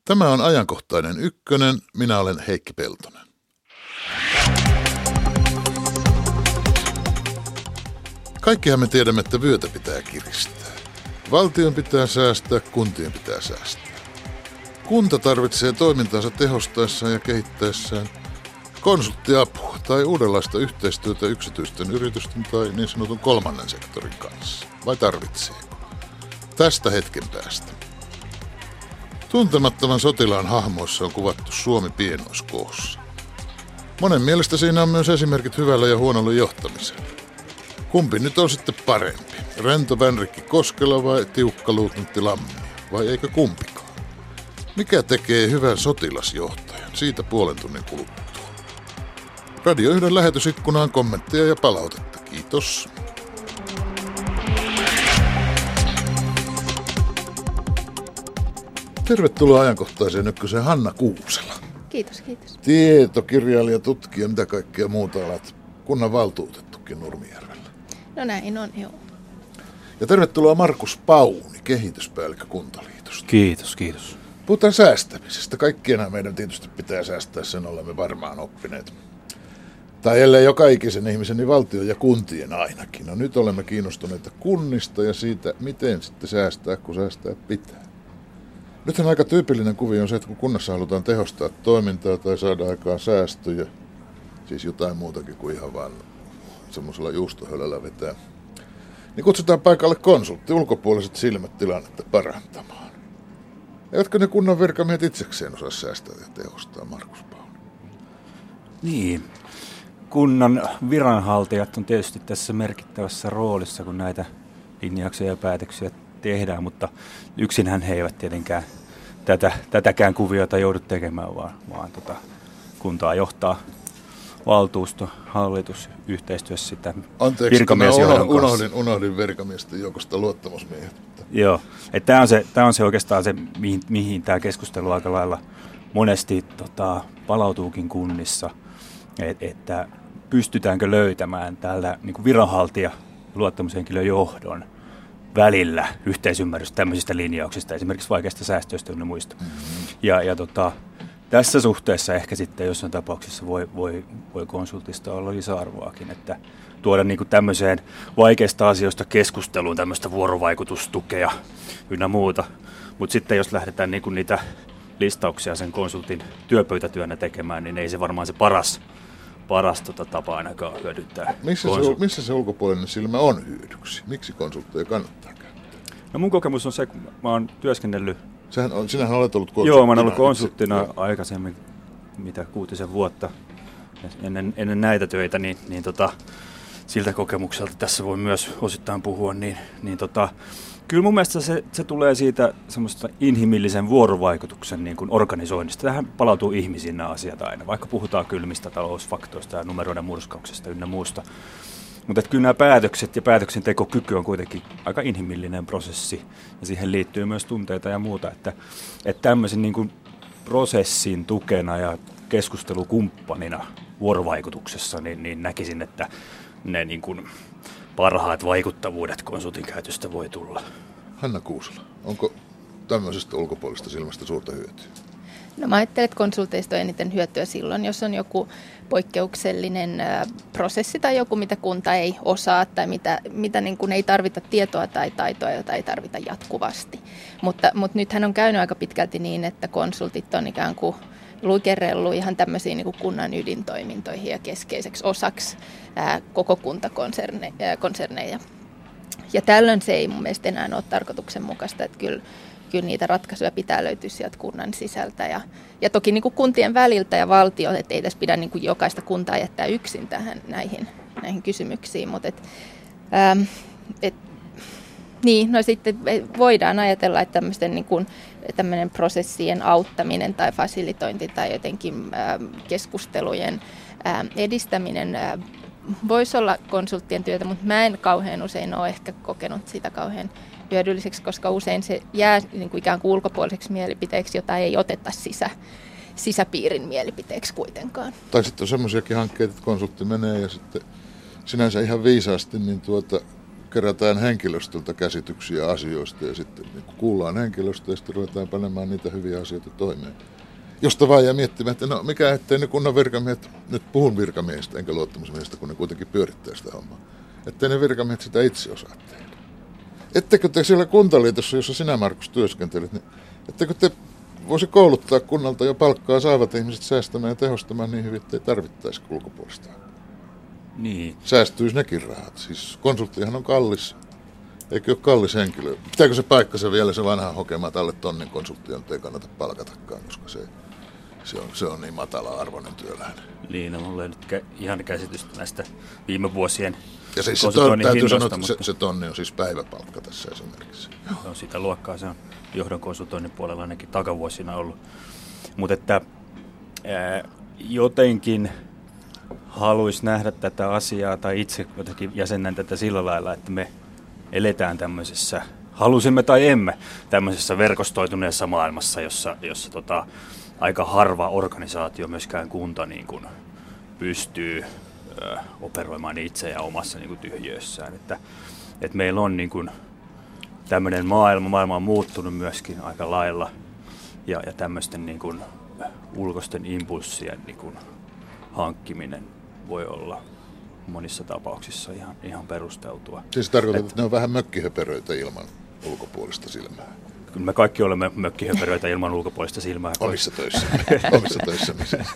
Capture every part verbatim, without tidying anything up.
Tämä on ajankohtainen ykkönen. Minä olen Heikki Peltonen. Kaikkihan me tiedämme, että vyötä pitää kiristää. Valtion pitää säästää, kuntien pitää säästää. Kunta tarvitsee toimintaansa tehostaessaan ja kehittäessään konsulttiapua tai uudenlaista yhteistyötä yksityisten yritysten tai niin sanotun kolmannen sektorin kanssa. Vai tarvitseeko? Tästä hetken päästä. Tuntemattoman sotilaan hahmoissa on kuvattu Suomi pienoiskoossa. Monen mielestä siinä on myös esimerkit hyvällä ja huonolla johtamisella. Kumpi nyt on sitten parempi? Rento Vänrikki Koskela vai tiukka luutnantti Lammia? Vai eikö kumpikaan? Mikä tekee hyvän sotilasjohtajan? Siitä puolen tunnin kuluttua. Radio yhden lähetysikkunaan kommentteja ja palautetta. Kiitos. Tervetuloa ajankohtaiseen ykköseen Hanna Kuusela. Kiitos, kiitos. Tietokirjailija, tutkija, mitä kaikkea muuta alat. Kunnan valtuutettukin Nurmijärvellä. No näin on, joo. Ja tervetuloa Markus Pauni, kehityspäällikkö Kuntaliitosta. Kiitos, kiitos. Puhutaan säästämisestä. Kaikkien meidän tietysti pitää säästää, sen olemme varmaan oppineet. Tai ellei joka ikisen ihmisen, niin valtion ja kuntien ainakin. No nyt olemme kiinnostuneita kunnista ja siitä, miten sitten säästää, kun säästää pitää. Nythän aika tyypillinen kuvio on se, että kun kunnassa halutaan tehostaa toimintaa tai saada aikaan säästöjä, siis jotain muutakin kuin ihan vaan semmoisella juustohölällä vetää, niin kutsutaan paikalle konsultti, ulkopuoliset silmät tilannetta parantamaan. Eivätkö ne kunnan virkamiehet itsekseen osaa säästää ja tehostaa, Markus Pauni? Niin. Kunnan viranhaltijat on tietysti tässä merkittävässä roolissa, kun näitä linjauksia ja päätöksiä tehdään, mutta yksinhän he eivät tietenkään tätä, tätäkään kuviota joudu tekemään, vaan, vaan tota, kuntaa johtaa valtuusto, hallitus yhteistyössä sitä virkamiesjohdon kanssa. Unohdin, unohdin virkamiesten joukosta luottamusmiehet. Joo, että tämä on se, tämä on se oikeastaan se, mihin, mihin tämä keskustelu aika lailla monesti tota, palautuukin kunnissa, et, että pystytäänkö löytämään tällä niin kuin viranhaltija luottamushenkilön johdon välillä yhteisymmärrys tämmöisistä linjauksista, esimerkiksi vaikeista säästöistä ja muista. Mm-hmm. Ja, ja tota, tässä suhteessa ehkä sitten jossain tapauksessa voi, voi, voi konsultista olla lisäarvoakin, että tuoda niin kuin tämmöiseen vaikeista asioista keskusteluun tämmöistä vuorovaikutustukea ynnä muuta. Mutta sitten jos lähdetään niin kuin niitä listauksia sen konsultin työpöytätyönä tekemään, niin ei se varmaan se paras, paras tota tapa ainakaan hyödyntää. Missä se, missä se ulkopuolinen silmä on hyödyksi? Miksi konsultteja kannattaa käyttää? No mun kokemus on se, kun mä oon työskennellyt. Sähän on, sinähän olet ollut konsulttina. Joo, mä oon ollut konsulttina itse, aikaisemmin, mitä kuutisen vuotta ennen, ennen näitä töitä, niin, niin tota, siltä kokemukselta tässä voi myös osittain puhua, niin, niin tota, kyllä mun mielestä se, se tulee siitä semmoista inhimillisen vuorovaikutuksen niin kuin organisoinnista. Tähän palautuu ihmisiin nämä asiat aina, vaikka puhutaan kylmistä talousfaktoista ja numeroiden murskauksesta ynnä muusta. Mutta kyllä nämä päätökset ja päätöksentekokyky on kuitenkin aika inhimillinen prosessi ja siihen liittyy myös tunteita ja muuta, että, että tämmöisen niin kuin prosessin tukena ja keskustelukumppanina vuorovaikutuksessa niin, niin näkisin, että ne niin kuin parhaat vaikuttavuudet konsultin käytöstä voi tulla. Hanna Kuusela, onko tämmöisestä ulkopuolista silmästä suurta hyötyä? No mä ajattelen, että konsulteista on eniten hyötyä silloin, jos on joku poikkeuksellinen äh, prosessi tai joku, mitä kunta ei osaa tai mitä, mitä niin kuin ei tarvita tietoa tai taitoa, jota ei tarvita jatkuvasti. Mutta, mutta nythän on käynyt aika pitkälti niin, että konsultit on ikään kuin luikerellut ihan tämmöisiin niin kuin kunnan ydintoimintoihin ja keskeiseksi osaksi ää, koko kuntakonserneja. Ja tällöin se ei mun mielestä enää ole tarkoituksenmukaista, että kyllä, kyllä niitä ratkaisuja pitää löytyä sieltä kunnan sisältä. Ja, ja toki niin kuin kuntien väliltä ja valtio, että ei tässä pidä niin kuin jokaista kuntaa jättää yksin tähän näihin, näihin kysymyksiin, mutta et, ähm, et, niin, no sitten voidaan ajatella, että tämmöisten niin kuin, tämmöinen prosessien auttaminen tai fasilitointi tai jotenkin äh, keskustelujen äh, edistäminen äh, voisi olla konsulttien työtä, mutta mä en kauhean usein ole ehkä kokenut sitä kauhean hyödylliseksi, koska usein se jää niin kuin ikään kuin ulkopuoliseksi mielipiteeksi, jota ei oteta sisä, sisäpiirin mielipiteeksi kuitenkaan. Tai sitten on semmoisiakin hankkeita, että konsultti menee ja sitten sinänsä ihan viisaasti niin tuota, kerätään henkilöstöltä käsityksiä asioista ja sitten niin kuullaan henkilöstöä ja sitten ruvetaan panemaan niitä hyviä asioita toimeen. Josta vaan jää miettimään, että no mikä ettei ne kunnan virkamiehet, nyt puhun virkamiehistä enkä luottamusmiehistä, kun ne kuitenkin pyörittää sitä hommaa, ettei ne virkamiehet sitä itse osaa tehdä. Ettekö te siellä Kuntaliitossa, jossa sinä Markus työskentelet, niin ettekö te voisi kouluttaa kunnalta jo palkkaa saavat ihmiset säästämään ja tehostamaan niin hyvin, ettei tarvittaisi ulkopuolista. Niin. Säästyisi nekin rahat. Siis konsulttihan on kallis. Eikö ole kallis henkilö? Pitääkö se paikkansa vielä se vanha hokema, että alle tonnin konsulttia nyt ei kannata palkatakaan, koska se, se, on, se on niin matala-arvoinen työläinen. Niin, no mulla ei nyt kä- ihan käsitystä näistä viime vuosien ja siis se ton, täytyy hinnoista, sanoa, että mutta... se, se tonni on siis päiväpalkka tässä esimerkiksi. No, sitä luokkaa se on johdon konsultoinnin puolella ainakin takavuosina ollut. Mutta että ää, jotenkin haluaisi nähdä tätä asiaa tai itse jotenkin jäsennän tätä sillä lailla, että me eletään tämmöisessä, halusimme tai emme, tämmöisessä verkostoituneessa maailmassa, jossa, jossa tota, aika harva organisaatio, myöskään kunta, niin kuin pystyy ö, operoimaan itse ja omassa niin kuin tyhjössään. Että, että meillä on niin kuin tämmöinen maailma, maailma on muuttunut myöskin aika lailla ja, ja tämmöisten niin kuin ulkoisten impulssien niin kuin hankkiminen voi olla monissa tapauksissa ihan, ihan perusteltua. Siis tarkoitat, että ne on vähän mökkihöperöitä ilman ulkopuolista silmää. Kyllä me kaikki olemme mökkihöperöitä ilman ulkopuolista silmää. Omissa töissä. Omissa töissä.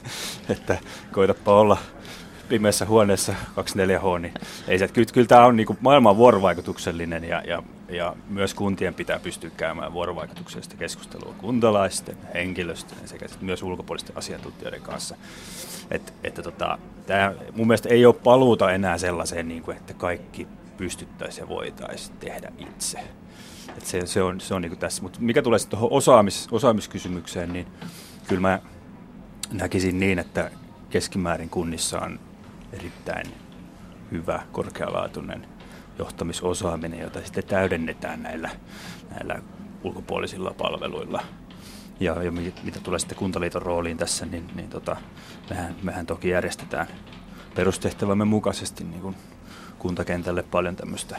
Että koitapa olla pimeässä huoneessa kaksikymmentäneljä H, niin ei se, kyllä, kyllä tämä on niin kuin maailman vuorovaikutuksellinen ja, ja, ja myös kuntien pitää pystyä käymään vuorovaikutuksellista keskustelua kuntalaisten, henkilöstön sekä myös ulkopuolisten asiantuntijoiden kanssa. Et, että tota, tämä mun mielestä ei ole paluuta enää sellaiseen, niin kuin, että kaikki pystyttäisiin ja voitaisiin tehdä itse. Et se, se on, se on niin kuin tässä. Mutta mikä tulee sitten tuohon osaamis, osaamiskysymykseen, niin kyllä mä näkisin niin, että keskimäärin kunnissa on erittäin hyvä, korkealaatuinen johtamisosaaminen, jota sitten täydennetään näillä, näillä ulkopuolisilla palveluilla. Ja, ja mitä tulee sitten Kuntaliiton rooliin tässä, niin, niin tota, mehän, mehän toki järjestetään perustehtävämme mukaisesti niin kuin kuntakentälle paljon tämmöistä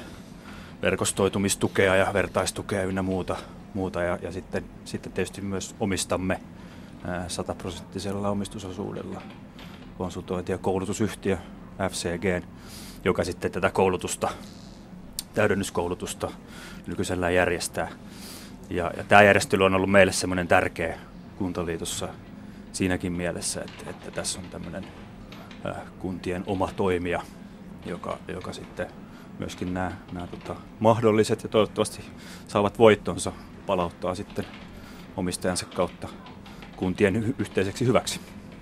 verkostoitumistukea ja vertaistukea ynnä muuta. muuta ja, ja sitten, sitten tietysti myös omistamme sataprosenttisella omistusosuudella konsultointi- ja koulutusyhtiö F C G, joka sitten tätä koulutusta, täydennyskoulutusta nykyisellään järjestää. Ja, ja tämä järjestely on ollut meille semmoinen tärkeä Kuntaliitossa siinäkin mielessä, että, että tässä on tämmöinen äh, kuntien oma toimija, joka, joka sitten myöskin nämä, nämä tota, mahdolliset ja toivottavasti saavat voittonsa palauttaa sitten omistajansa kautta kuntien y- yhteiseksi hyväksi.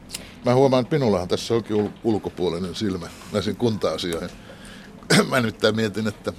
Mä huomaan, että minullahan tässä onkin ul- ulkopuolinen silmä näihin kunta-asioihin. Mä nimittäin mietin, että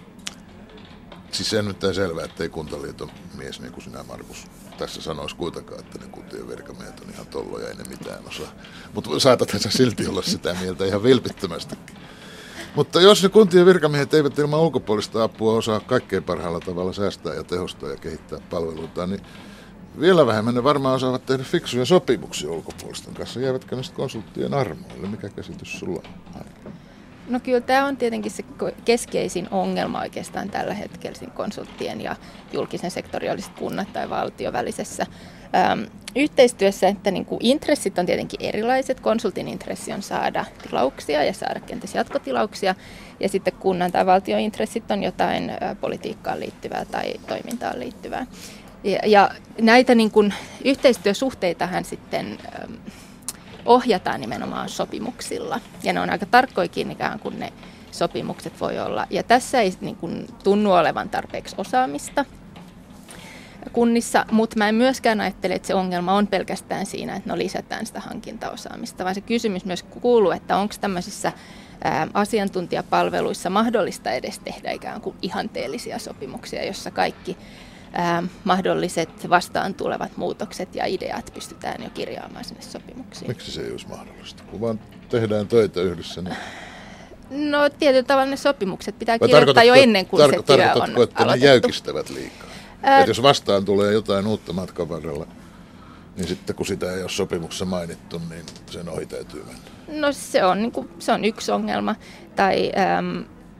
siis se nyt selvää, että ei Kuntaliiton mies niin kuin sinä, Markus, tässä sanoisi kuitenkaan, että ne kuntien virkamiehet on ihan tolloja, ei ne mitään osaa. Mutta saatathan sä silti olla sitä mieltä ihan vilpittömästikin. Mutta jos ne kuntien virkamiehet eivät ilman ulkopuolista apua osaa kaikkein parhaalla tavalla säästää ja tehostaa ja kehittää palveluita, niin vielä vähemmän ne varmaan osaavat tehdä fiksuja sopimuksia ulkopuolisten kanssa. Jäävätkö ne konsulttien armoille? Mikä käsitys sulla on? No kyllä tämä on tietenkin se keskeisin ongelma oikeastaan tällä hetkellä konsulttien ja julkisen sektorin, olisi kunnat tai valtio välisessä äm, yhteistyössä, että niin kuin intressit on tietenkin erilaiset. Konsultin intressi on saada tilauksia ja saada kenties jatkotilauksia, ja sitten kunnan tai valtion intressit on jotain ä, politiikkaan liittyvää tai toimintaan liittyvää. Ja, ja näitä niin kuin yhteistyösuhteitahan sitten äm, ohjataan nimenomaan sopimuksilla, ja ne on aika tarkkoikin ikään kuin ne sopimukset voi olla. Ja tässä ei niin kuin tunnu olevan tarpeeksi osaamista kunnissa, mutta mä en myöskään ajattele, että se ongelma on pelkästään siinä, että no lisätään sitä hankintaosaamista, vaan se kysymys myös kuuluu, että onko tämmöisissä ää, asiantuntijapalveluissa mahdollista edes tehdä ikään kuin ihanteellisia sopimuksia, jossa kaikki ää, mahdolliset vastaan tulevat muutokset ja ideat pystytään jo kirjaamaan sinne sopimuksiin. Miksi se ei olisi mahdollista? Kun vaan tehdään töitä yhdessä, niin... No tietyllä tavalla ne sopimukset pitää Vai kirjoittaa jo ennen kuin tarko- se työ on aloitettu. Että ne jäykistävät liikaa? Ää... Että jos vastaan tulee jotain uutta matkan varrella, niin sitten kun sitä ei ole sopimuksessa mainittu, niin sen ohi täytyy mennä. No se on, niin kuin, se on yksi ongelma. Tai äm,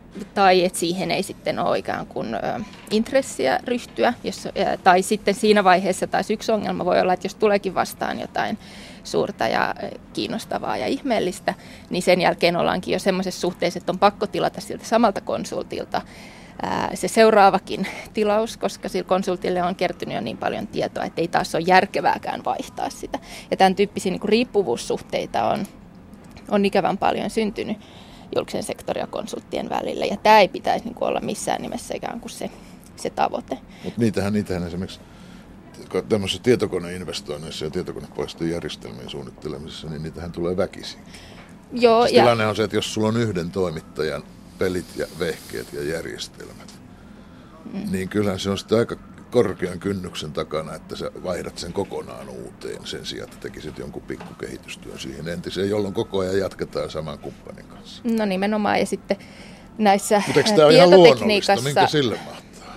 tai että siihen ei sitten ole ikään kuin ö, intressiä ryhtyä. Jos, tai sitten siinä vaiheessa taas yksi ongelma voi olla, että jos tuleekin vastaan jotain suurta ja kiinnostavaa ja ihmeellistä, niin sen jälkeen ollaankin jo semmoisessa suhteessa, että on pakko tilata siltä samalta konsultilta ää, se seuraavakin tilaus, koska sillä konsultille on kertynyt jo niin paljon tietoa, että ei taas ole järkevääkään vaihtaa sitä. Ja tämän tyyppisiä niin kuin riippuvuussuhteita on, on ikävän paljon syntynyt julkisen sektorin ja konsulttien välillä, ja tämä ei pitäisi niin kuin olla missään nimessä ikään kuin se, se tavoite. Mutta niitähän, niitähän esimerkiksi tämmöisissä tietokoneinvestoinneissa ja tietokonepohjaisten järjestelmien suunnittelemisessa, niin niitähän tulee väkisin. Joo, siis ja tilanne on se, että jos sulla on yhden toimittajan pelit ja vehkeet ja järjestelmät, mm. niin kyllähän se on sitten aika korkean kynnyksen takana, että sä vaihdat sen kokonaan uuteen sen sijaan, että tekisit jonkun pikkukehitystyön siihen entiseen, jolloin koko ajan jatketaan saman kumppanin kanssa. No nimenomaan, ja sitten näissä Mutta eikö tämä ole ihan luonnollista? tietotekniikassa... Minkä sille mahtaa?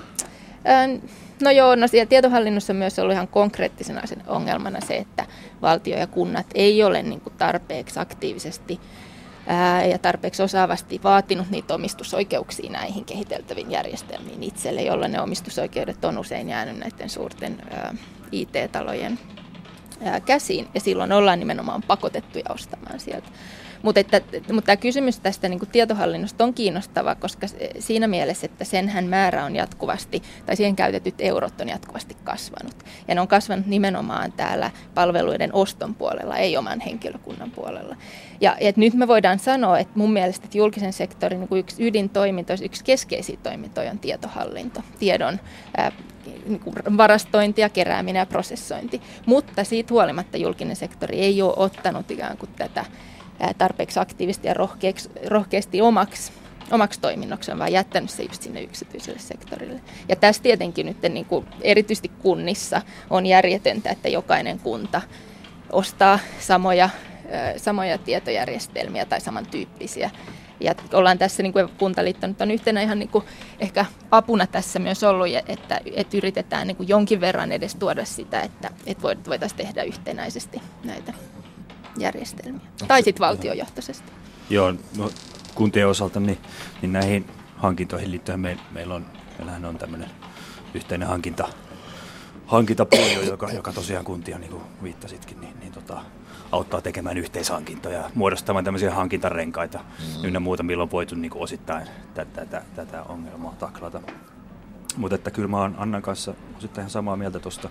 No joo, no siellä tietohallinnossa on myös ollut ihan konkreettisena sen ongelmana se, että valtio ja kunnat ei ole niin kuin tarpeeksi aktiivisesti ää, ja tarpeeksi osaavasti vaatinut niitä omistusoikeuksia näihin kehiteltäviin järjestelmiin itselle, jolloin ne omistusoikeudet on usein jäänyt näiden suurten ää, I T-talojen ää, käsiin, ja silloin ollaan nimenomaan pakotettuja ostamaan sieltä. Mutta, että, mutta tämä kysymys tästä niin kuin tietohallinnosta on kiinnostava, koska siinä mielessä, että senhän määrä on jatkuvasti, tai siihen käytetyt eurot on jatkuvasti kasvanut. Ja ne on kasvanut nimenomaan täällä palveluiden oston puolella, ei oman henkilökunnan puolella. Ja et nyt me voidaan sanoa, että mun mielestä että julkisen sektorin niin kuin yksi ydintoiminto, yksi keskeisiä toimintoja on tietohallinto, tiedon ää, niin kuin varastointi ja kerääminen ja prosessointi. Mutta siitä huolimatta julkinen sektori ei ole ottanut ikään kuin tätä tarpeeksi aktiivisesti ja rohkeasti omaksi, omaksi toiminnokseen, vaan jättänyt se just sinne yksityiselle sektorille. Ja tässä tietenkin nyt niin kuin erityisesti kunnissa on järjetöntä, että jokainen kunta ostaa samoja, samoja tietojärjestelmiä tai samantyyppisiä. Ja ollaan tässä, niin kuin Kuntaliitto nyt on yhtenä ihan niin kuin ehkä apuna tässä myös ollut, että, että yritetään niin kuin jonkin verran edes tuoda sitä, että, että voitaisiin tehdä yhtenäisesti näitä järjestelmiä. Onko tai sitten valtiojohtoisesti. Joo, no, kuntien osalta niin, niin näihin hankintoihin liittyen me, meillä on, meillähän on tämmöinen yhteinen hankinta, hankintapuolio, joka, joka tosiaan kuntia, niin kuin viittasitkin, niin, niin tota, auttaa tekemään yhteishankintoja, muodostamaan tämmöisiä hankintarenkaita mm. ynnä muuta, milloin on voitu niin kuin osittain tätä, tätä, tätä ongelmaa taklata. Mutta että kyllä mä oon Annan kanssa osittain ihan samaa mieltä tuosta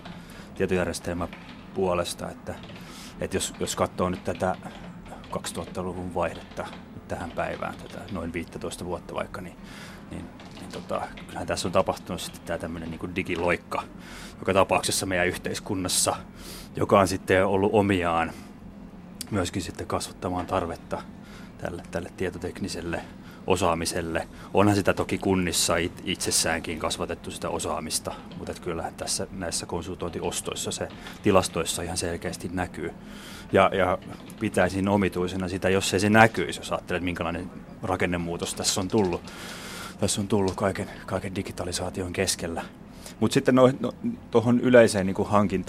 tietojärjestelmäpuolesta, että Että jos, jos katsoo nyt tätä kaksituhattaluvun vaihdetta tähän päivään, tätä noin viisitoista vuotta vaikka, niin, niin, niin tota, kyllähän tässä on tapahtunut sitten tämä tämmöinen niin kuin digiloikka, joka tapauksessa meidän yhteiskunnassa, joka on sitten ollut omiaan myöskin sitten kasvattamaan tarvetta tälle, tälle tietotekniselle osaamiselle. Onhan sitä toki kunnissa it, itsessäänkin kasvatettu sitä osaamista, mutta kyllähän tässä näissä konsultointiostoissa se tilastoissa ihan selkeästi näkyy. Ja, ja pitäisin omituisena sitä, jos ei se näkyisi, jos ajattelet, minkälainen rakennemuutos tässä on tullut. Tässä on tullut kaiken, kaiken digitalisaation keskellä. Mutta sitten no, no, tuohon yleiseen niin kuin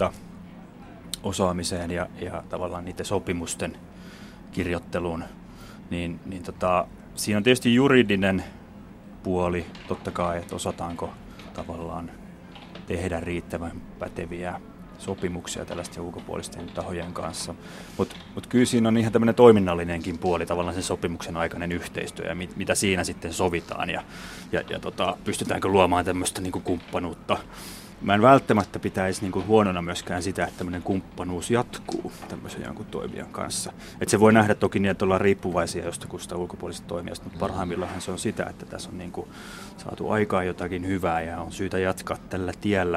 hankintaosaamiseen ja, ja tavallaan niiden sopimusten kirjoitteluun, niin, niin tota, siinä on tietysti juridinen puoli, totta kai, että osataanko tavallaan tehdä riittävän päteviä sopimuksia tällaisten ulkopuolisten tahojen kanssa. Mutta mut kyllä siinä on ihan tämmöinen toiminnallinenkin puoli, tavallaan sen sopimuksen aikainen yhteistyö ja mit, mitä siinä sitten sovitaan ja, ja, ja tota, pystytäänkö luomaan tämmöistä niinku kumppanuutta. Mä en välttämättä pitäisi niinku huonona myöskään sitä, että tämmöinen kumppanuus jatkuu tämmöisen jonkun toimijan kanssa. Et se voi nähdä toki niin, että ollaan riippuvaisia jostakusta ulkopuolisesta toimijasta, mutta parhaimmillaan se on sitä, että tässä on niinku saatu aikaan jotakin hyvää ja on syytä jatkaa tällä tiellä.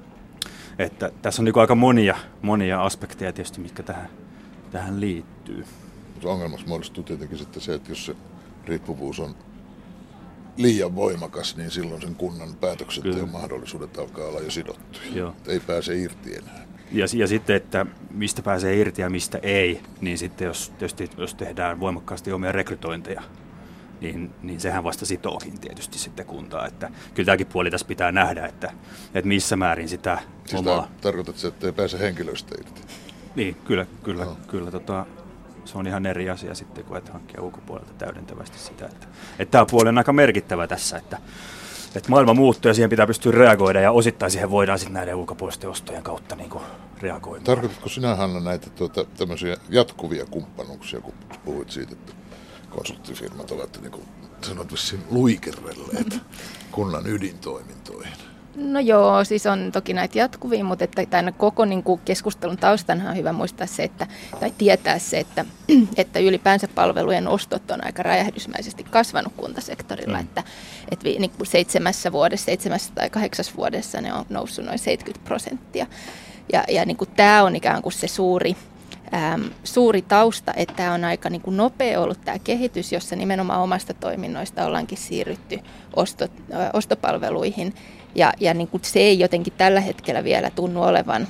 Että tässä on niinku aika monia, monia aspekteja tietysti, mitkä tähän, tähän liittyy. Ongelmaksi muodostuu tietenkin sitten se, että jos se riippuvuus on liian voimakas, niin silloin sen kunnan päätökset ja mahdollisuudet alkaa olla jo sidottuja. Ei pääse irti enää. Ja, ja sitten, että mistä pääsee irti ja mistä ei, niin sitten jos, tietysti, jos tehdään voimakkaasti omia rekrytointeja, niin, niin sehän vasta sitookin tietysti sitten kuntaa. Että kyllä tämäkin puoli tässä pitää nähdä, että, että missä määrin sitä siis omaa... Tarkoitatko, että ei pääse henkilöistä irti? Niin, kyllä, kyllä, no. kyllä tota, se on ihan eri asia sitten, kun et hankkia ulkopuolelta täydentävästi sitä. Että, että tämä puoli on aika merkittävä tässä, että, että maailma muuttuu ja siihen pitää pystyä reagoida ja osittain siihen voidaan sitten näiden ulkopuolisten ostojen kautta niin kuin reagoimaan. Tarkoitatko sinä, Hanna, näitä tuota, tämmöisiä jatkuvia kumppanuuksia, kun puhuit siitä, että konsulttifirmat ovat, niin kuin sanot vissiin, luikerrelleet kunnan ydintoimintoihin? No joo, siis on toki näitä jatkuvia, mutta että tämän koko niin kuin keskustelun taustana on hyvä muistaa se, että, tai tietää se, että, että ylipäänsä palvelujen ostot on aika räjähdysmäisesti kasvanut kuntasektorilla, mm. että, että niin kuin seitsemässä vuodessa, seitsemässä tai kahdeksassa vuodessa ne on noussut noin seitsemänkymmentä prosenttia. Ja, ja niin kuin tämä on ikään kuin se suuri, äm, suuri tausta, että tämä on aika niin kuin nopea ollut tämä kehitys, jossa nimenomaan omasta toiminnoista ollaankin siirrytty ostot, ö, ostopalveluihin. Ja, ja niin kuin se ei jotenkin tällä hetkellä vielä tunnu olevan,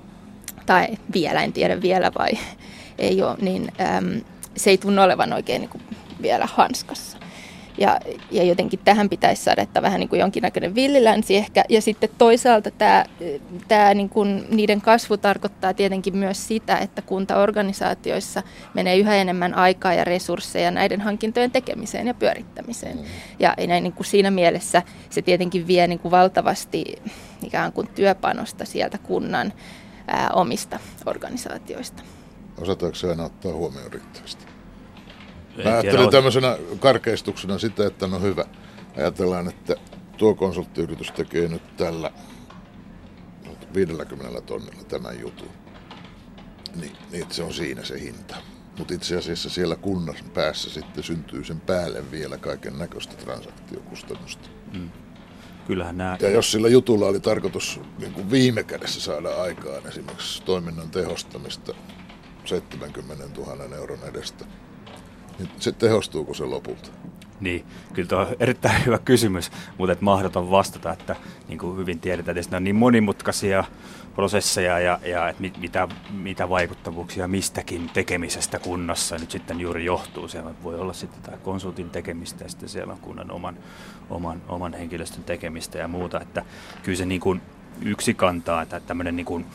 tai vielä, en tiedä vielä vai ei ole, niin äm, se ei tunnu olevan oikein niin kuin vielä hanskassa. Ja, ja jotenkin tähän pitäisi saada, että vähän niin kuin jonkinnäköinen villilänsi ehkä. Ja sitten toisaalta tämä, tämä niin kuin niiden kasvu tarkoittaa tietenkin myös sitä, että kuntaorganisaatioissa menee yhä enemmän aikaa ja resursseja näiden hankintojen tekemiseen ja pyörittämiseen. Mm. Ja näin niin kuin siinä mielessä se tietenkin vie niin kuin valtavasti ikään kuin työpanosta sieltä kunnan ää, omista organisaatioista. Osataanko se aina ottaa huomioon riittävästi? Mä ajattelin tämmöisenä karkeistuksena sitä, että no hyvä. Ajatellaan, että tuo konsulttiyritys tekee nyt tällä viidelläkymmenellä tonnilla tämän jutun. Niin, niin se on siinä se hinta. Mutta itse asiassa siellä kunnan päässä sitten syntyy sen päälle vielä kaiken näköistä transaktiokustannusta. Mm. Kyllähän nämä... Ja jos sillä jutulla oli tarkoitus niin kuin viime kädessä saada aikaan esimerkiksi toiminnan tehostamista seitsemänkymmentätuhatta euron edestä, niin se tehostuuko se lopulta? Niin, kyllä tuo on erittäin hyvä kysymys, mutta et mahdoton vastata, että niin kuin hyvin tiedetään, että ne on niin monimutkaisia prosesseja ja, ja et mit, mitä, mitä vaikuttavuuksia mistäkin tekemisestä kunnassa nyt sitten juuri johtuu. Siellä voi olla sitten tämä konsultin tekemistä ja sitten siellä on kunnan oman, oman, oman henkilöstön tekemistä ja muuta. Että kyllä se niin kuin yksi kantaa, että tämmöinen niin kuin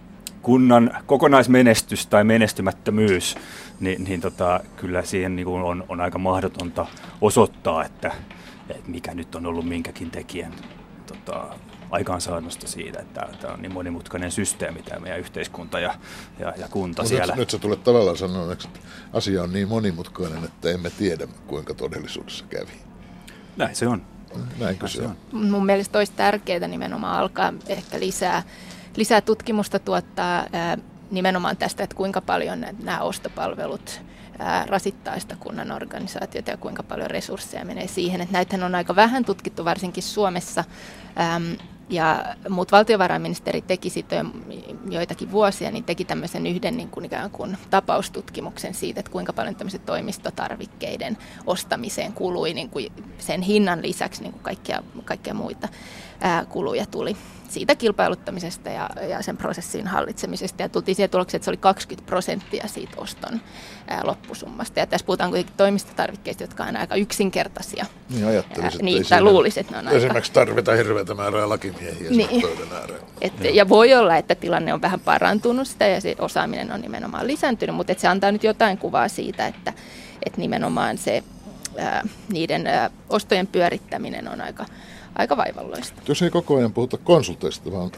kunnan kokonaismenestys tai menestymättömyys, niin, niin tota, kyllä siihen niin kuin on, on aika mahdotonta osoittaa, että, että mikä nyt on ollut minkäkin tekijän tota, aikaansaannosta siitä, että tämä on niin monimutkainen systeemi, tämä meidän yhteiskunta ja, ja, ja kunta no siellä. Nyt, nyt sä tulet tavallaan sanoa, että asia on niin monimutkainen, että emme tiedä, kuinka todellisuudessa kävi. Näin se on. Näinkö se on? Mun mielestä olisi tärkeää nimenomaan alkaa ehkä lisää Lisää tutkimusta tuottaa ää, nimenomaan tästä, että kuinka paljon nämä ostopalvelut ää, rasittaa sitä kunnan organisaatiota ja kuinka paljon resursseja menee siihen. Että näitähän on aika vähän tutkittu, varsinkin Suomessa. Äm, ja, mutta valtiovarainministeri teki sitten joitakin vuosia, niin teki tämmöisen yhden niin kuin ikään kuin tapaustutkimuksen siitä, että kuinka paljon tämmöiset toimistotarvikkeiden ostamiseen kului niin kuin sen hinnan lisäksi niin kuin kaikkia, kaikkia muita ää, kuluja tuli siitä kilpailuttamisesta ja, ja sen prosessin hallitsemisesta. Ja tultiin siihen tulokseen, että se oli kaksikymmentä prosenttia siitä oston ää, loppusummasta. Ja tässä puhutaan kuitenkin toimistotarvikkeista, jotka on aika yksinkertaisia. Niin ajattelisin, että niitä luulisin, että ne on esimerkiksi aika... tarvitaan hirveätä määrää lakimiehiä niin. Pöydän ääreen. Et, ja voi olla, että tilanne on vähän parantunut sitä ja se osaaminen on nimenomaan lisääntynyt, mutta se antaa nyt jotain kuvaa siitä, että et nimenomaan se, ää, niiden ää, ostojen pyörittäminen on aika... Aika vaivalloista. Jos ei koko ajan puhuta konsulteista, vaan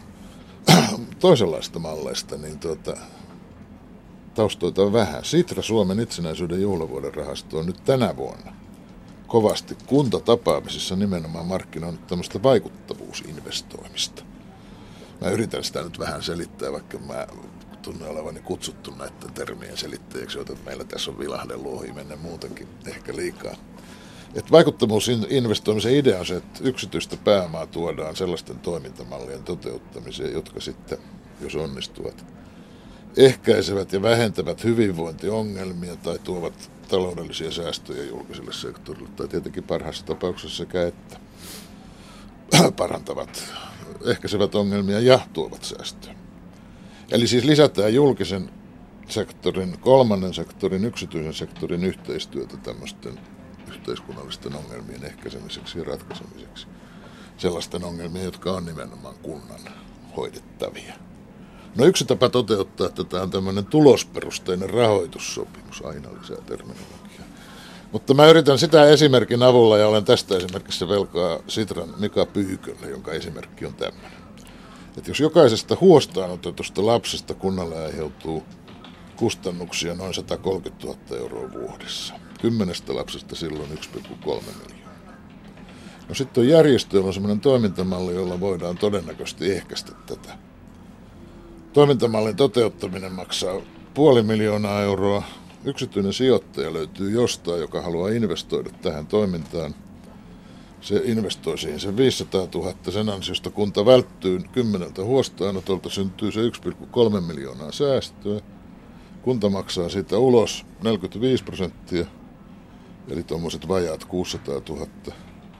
toisenlaista malleista, niin tuota, taustoita on vähän. Sitra, Suomen itsenäisyyden juhlavuoden rahasto, on nyt tänä vuonna kovasti kuntatapaamisissa nimenomaan markkinoinut tämmöistä vaikuttavuusinvestoimista. Mä yritän sitä nyt vähän selittää, vaikka mä tunnen olevani kutsuttu näiden termien selittäjäksi, joten meillä tässä on vilahdellut ohi mennä muutenkin ehkä liikaa. Et vaikuttavuusinvestoimisen idea on se, että yksityistä pääomaa tuodaan sellaisten toimintamallien toteuttamiseen, jotka sitten, jos onnistuvat, ehkäisevät ja vähentävät hyvinvointiongelmia tai tuovat taloudellisia säästöjä julkiselle sektorille, tai tietenkin parhaassa tapauksessa sekä että parantavat, ehkäisevät ongelmia ja tuovat säästöä. Eli siis lisätään julkisen sektorin, kolmannen sektorin, yksityisen sektorin yhteistyötä tämmöisten yhteiskunnallisten ongelmien ehkäisemiseksi ja ratkaisemiseksi. Sellaisten ongelmien, jotka on nimenomaan kunnan hoidettavia. No yksi tapa toteuttaa tätä on tämmöinen tulosperusteinen rahoitussopimus, aina lisää terminologiaa. Mutta mä yritän sitä esimerkin avulla ja olen tästä esimerkiksi velkaa Sitran Mika Pyykölle, jonka esimerkki on tämmöinen. Että jos jokaisesta huostaan otetusta lapsesta kunnalle aiheutuu kustannuksia noin sata kolmekymmentätuhatta euroa vuodessa, kymmenestä lapsesta silloin yksi pilkku kolme miljoonaa. No sitten on järjestöllä on sellainen toimintamalli, jolla voidaan todennäköisesti ehkäistä tätä. Toimintamallin toteuttaminen maksaa puoli miljoonaa euroa. Yksityinen sijoittaja löytyy jostain, joka haluaa investoida tähän toimintaan. Se investoi siihen sen viisisataatuhatta, sen ansiosta kunta välttyy kymmeneltä huostaanotolta, syntyy se yksi pilkku kolme miljoonaa säästöä. Kunta maksaa siitä ulos neljäkymmentäviisi prosenttia, eli tuommoiset vajaat kuusisataatuhatta,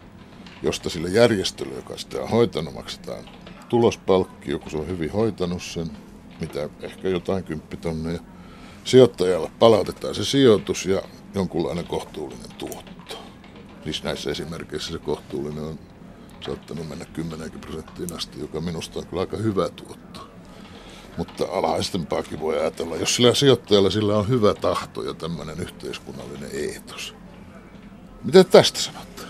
josta sille järjestölle, joka sitä on hoitanut, maksetaan tulospalkkio, kun se on hyvin hoitanut sen, mitä ehkä jotain kymppitonneja. Sijoittajalle palautetaan se sijoitus ja jonkunlainen kohtuullinen tuotto. Siis näissä esimerkkeissä se kohtuullinen on saattanut mennä kymmenen prosenttiin asti, joka minusta on kyllä aika hyvä tuotto. Mutta alhaisempaakin voi ajatella, jos sillä sijoittajalla sillä on hyvä tahto ja tämmöinen yhteiskunnallinen eetos. Mitä tästä sanotte?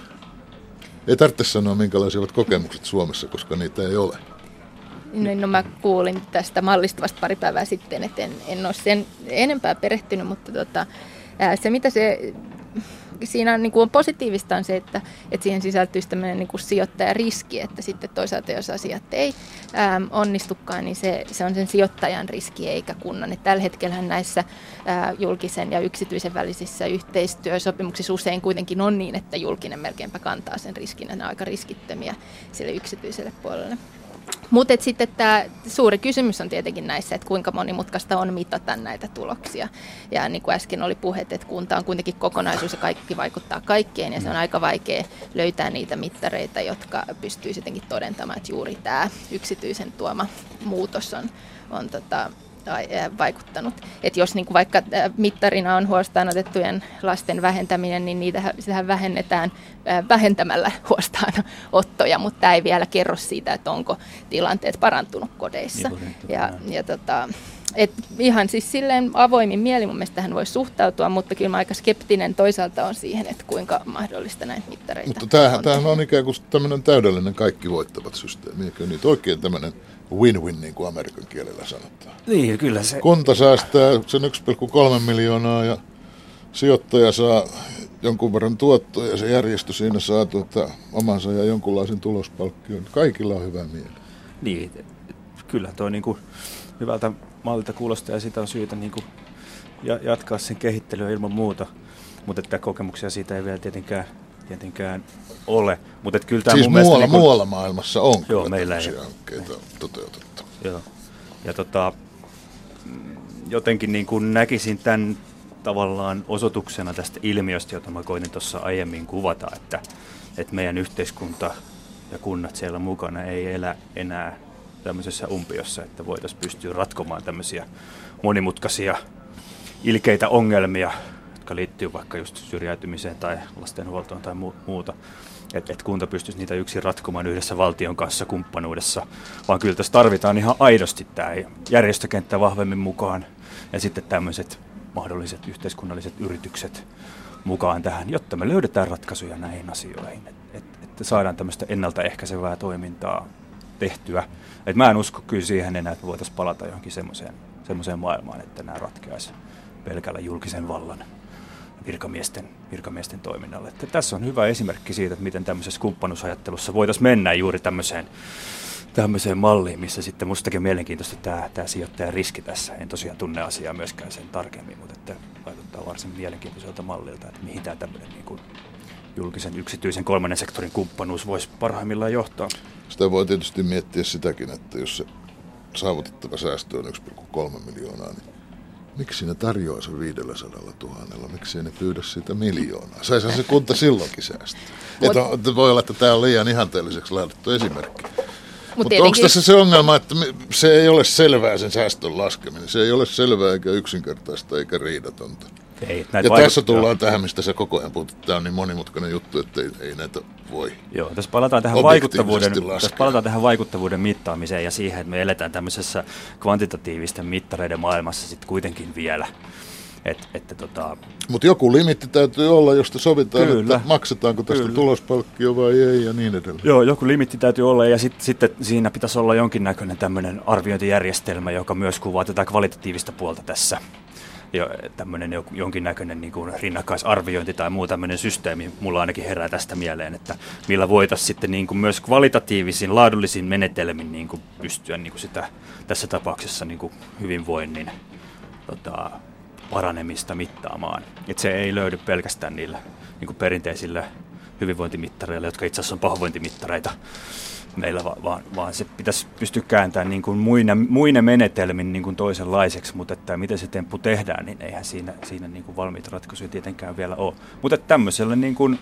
Ei tarvitse sanoa, minkälaisia ovat kokemukset Suomessa, koska niitä ei ole. No, no mä kuulin tästä mallista vasta pari päivää sitten, että en, en ole sen enempää perehtynyt, mutta tota, se mitä se, siinä on, niin kuin on positiivista on se, että, että siihen sisältyisi tämmöinen niin kuin sijoittajariski, että sitten toisaalta jos asiat ei ää, onnistukaan, niin se, se on sen sijoittajan riski eikä kunnan. Et tällä hetkellä näissä ää, julkisen ja yksityisen välisissä yhteistyösopimuksissa usein kuitenkin on niin, että julkinen melkeinpä kantaa sen riskin, ja ne on aika riskittömiä sille yksityiselle puolelle. Mutta sitten tämä suuri kysymys on tietenkin näissä, että kuinka monimutkaista on mitata näitä tuloksia. Ja niin kuin äsken oli puhe, että kunta on kuitenkin kokonaisuus ja kaikki vaikuttaa kaikkeen. Ja se on aika vaikea löytää niitä mittareita, jotka pystyy sittenkin todentamaan, että juuri tämä yksityisen tuoma muutos on, on tota, vaikuttanut. Että jos niin kuin vaikka mittarina on huostaanotettujen lasten vähentäminen, niin niitä, sitähän vähennetään vähentämällä huostaanottoja, mutta tämä ei vielä kerro siitä, että onko tilanteet parantunut kodeissa. Niin, ja, ja tota, et ihan siis silleen avoimin mieli mun mielestä tähän voi suhtautua, mutta kyllä mä aika skeptinen toisaalta on siihen, että kuinka mahdollista näitä mittareita mutta tämähän, on. Tämähän on ikään kuin tämmöinen täydellinen kaikki voittavat systeemi, eikö niitä oikein tämmöinen win-win, niin kuin amerikan kielellä sanotaan. Niin, kyllä se. Kunta säästää sen yksi pilkku kolme miljoonaa ja sijoittaja saa jonkun verran tuottoa ja se järjestö siinä saa tuota omansa ja jonkunlaisen tulospalkkion. Kaikilla on hyvä mieli. Niin, kyllä tuo niin kuin hyvältä mallilta kuulostaa ja sitä on syytä niin kuin jatkaa sen kehittelyä ilman muuta, mutta että kokemuksia siitä ei vielä tietenkään, tietenkään ole. Mutta kyllä tämä siis mun muualla, niin kuin, muualla maailmassa on joo, meillä ei hankkeita toteutettu. Joo. Ja tota, jotenkin niin kuin näkisin tämän tavallaan osoituksena tästä ilmiöstä, jota mä koitin tuossa aiemmin kuvata, että, että meidän yhteiskunta ja kunnat siellä mukana ei elä enää tämmöisessä umpiossa, että voitaisiin pystyä ratkomaan tämmöisiä monimutkaisia ilkeitä ongelmia, jotka liittyy vaikka just syrjäytymiseen tai lastenhuoltoon tai muuta. Että et kunta pystyisi niitä yksin ratkomaan yhdessä valtion kanssa kumppanuudessa, vaan kyllä tässä tarvitaan ihan aidosti tämä järjestökenttä vahvemmin mukaan ja sitten tämmöiset mahdolliset yhteiskunnalliset yritykset mukaan tähän, jotta me löydetään ratkaisuja näihin asioihin, että et, et saadaan tämmöistä ennaltaehkäisevää toimintaa tehtyä. Et mä en usko kyllä siihen enää, että me voitaisiin palata johonkin semmoiseen, semmoiseen maailmaan, että nämä ratkeaisi pelkällä julkisen vallan virkamiesten, virkamiesten toiminnalle. Että tässä on hyvä esimerkki siitä, että miten tämmöisessä kumppanuusajattelussa voitaisiin mennä juuri tämmöiseen, tämmöiseen malliin, missä sitten mustakin on mielenkiintoista tämä, tämä sijoittajan riski tässä. En tosiaan tunne asiaa myöskään sen tarkemmin, mutta että vaikuttaa varsin mielenkiintoiselta mallilta, että mihin tämä tämmöinen niin kuin julkisen, yksityisen, kolmannen sektorin kumppanuus voisi parhaimmillaan johtaa. Sitä voi tietysti miettiä sitäkin, että jos se saavutettava säästö on yksi pilkku kolme miljoonaa, niin miksi ne tarjoaa sen viidelläsadalla tuhannella? Miksi ei ne pyydä sitä miljoonaa? Saisihan se kunta silloinkin säästää. Että voi olla, että tämä on liian ihanteelliseksi laadittu esimerkki. Mutta Mut onko tässä se ongelma, että se ei ole selvää sen säästön laskeminen? Se ei ole selvää eikä yksinkertaista eikä riidatonta. Ei, ja vaikut- tässä tullaan tähän, mistä se koko ajan puhuttu. Tämä on niin monimutkainen juttu, että ei, ei näitä voi Joo, tässä palataan tähän vaikuttavuuden, tässä palataan tähän vaikuttavuuden mittaamiseen ja siihen, että me eletään tämmöisessä kvantitatiivisten mittareiden maailmassa sitten kuitenkin vielä. Et, että tota... Mutta joku limitti täytyy olla, josta sovitaan, Kyllä. että maksetaanko tästä Kyllä. tulospalkkio vai ei ja niin edelleen. Joo, joku limitti täytyy olla ja sitten sit, siinä pitäisi olla jonkinnäköinen tämmöinen arviointijärjestelmä, joka myös kuvaa tätä kvalitatiivista puolta tässä. Ja tämmöinen jonkinnäköinen niin kuin rinnakkaisarviointi tai muu tämmöinen systeemi, mulla ainakin herää tästä mieleen, että millä voitaisiin sitten niin kuin myös kvalitatiivisin, laadullisin menetelmin niin kuin pystyä niin kuin sitä tässä tapauksessa niin kuin hyvinvoinnin tota, paranemista mittaamaan. Että se ei löydy pelkästään niillä niin kuin perinteisillä hyvinvointimittareilla, jotka itse asiassa on pahoinvointimittareita meillä, vaan, vaan se pitäisi pystyä kääntämään niin kuin muine, muine menetelmin niin kuin toisenlaiseksi, mutta että miten se temppu tehdään, niin eihän siinä, siinä niin kuin valmiita ratkaisuja tietenkään vielä ole. Mutta tämmöisellä niin kuin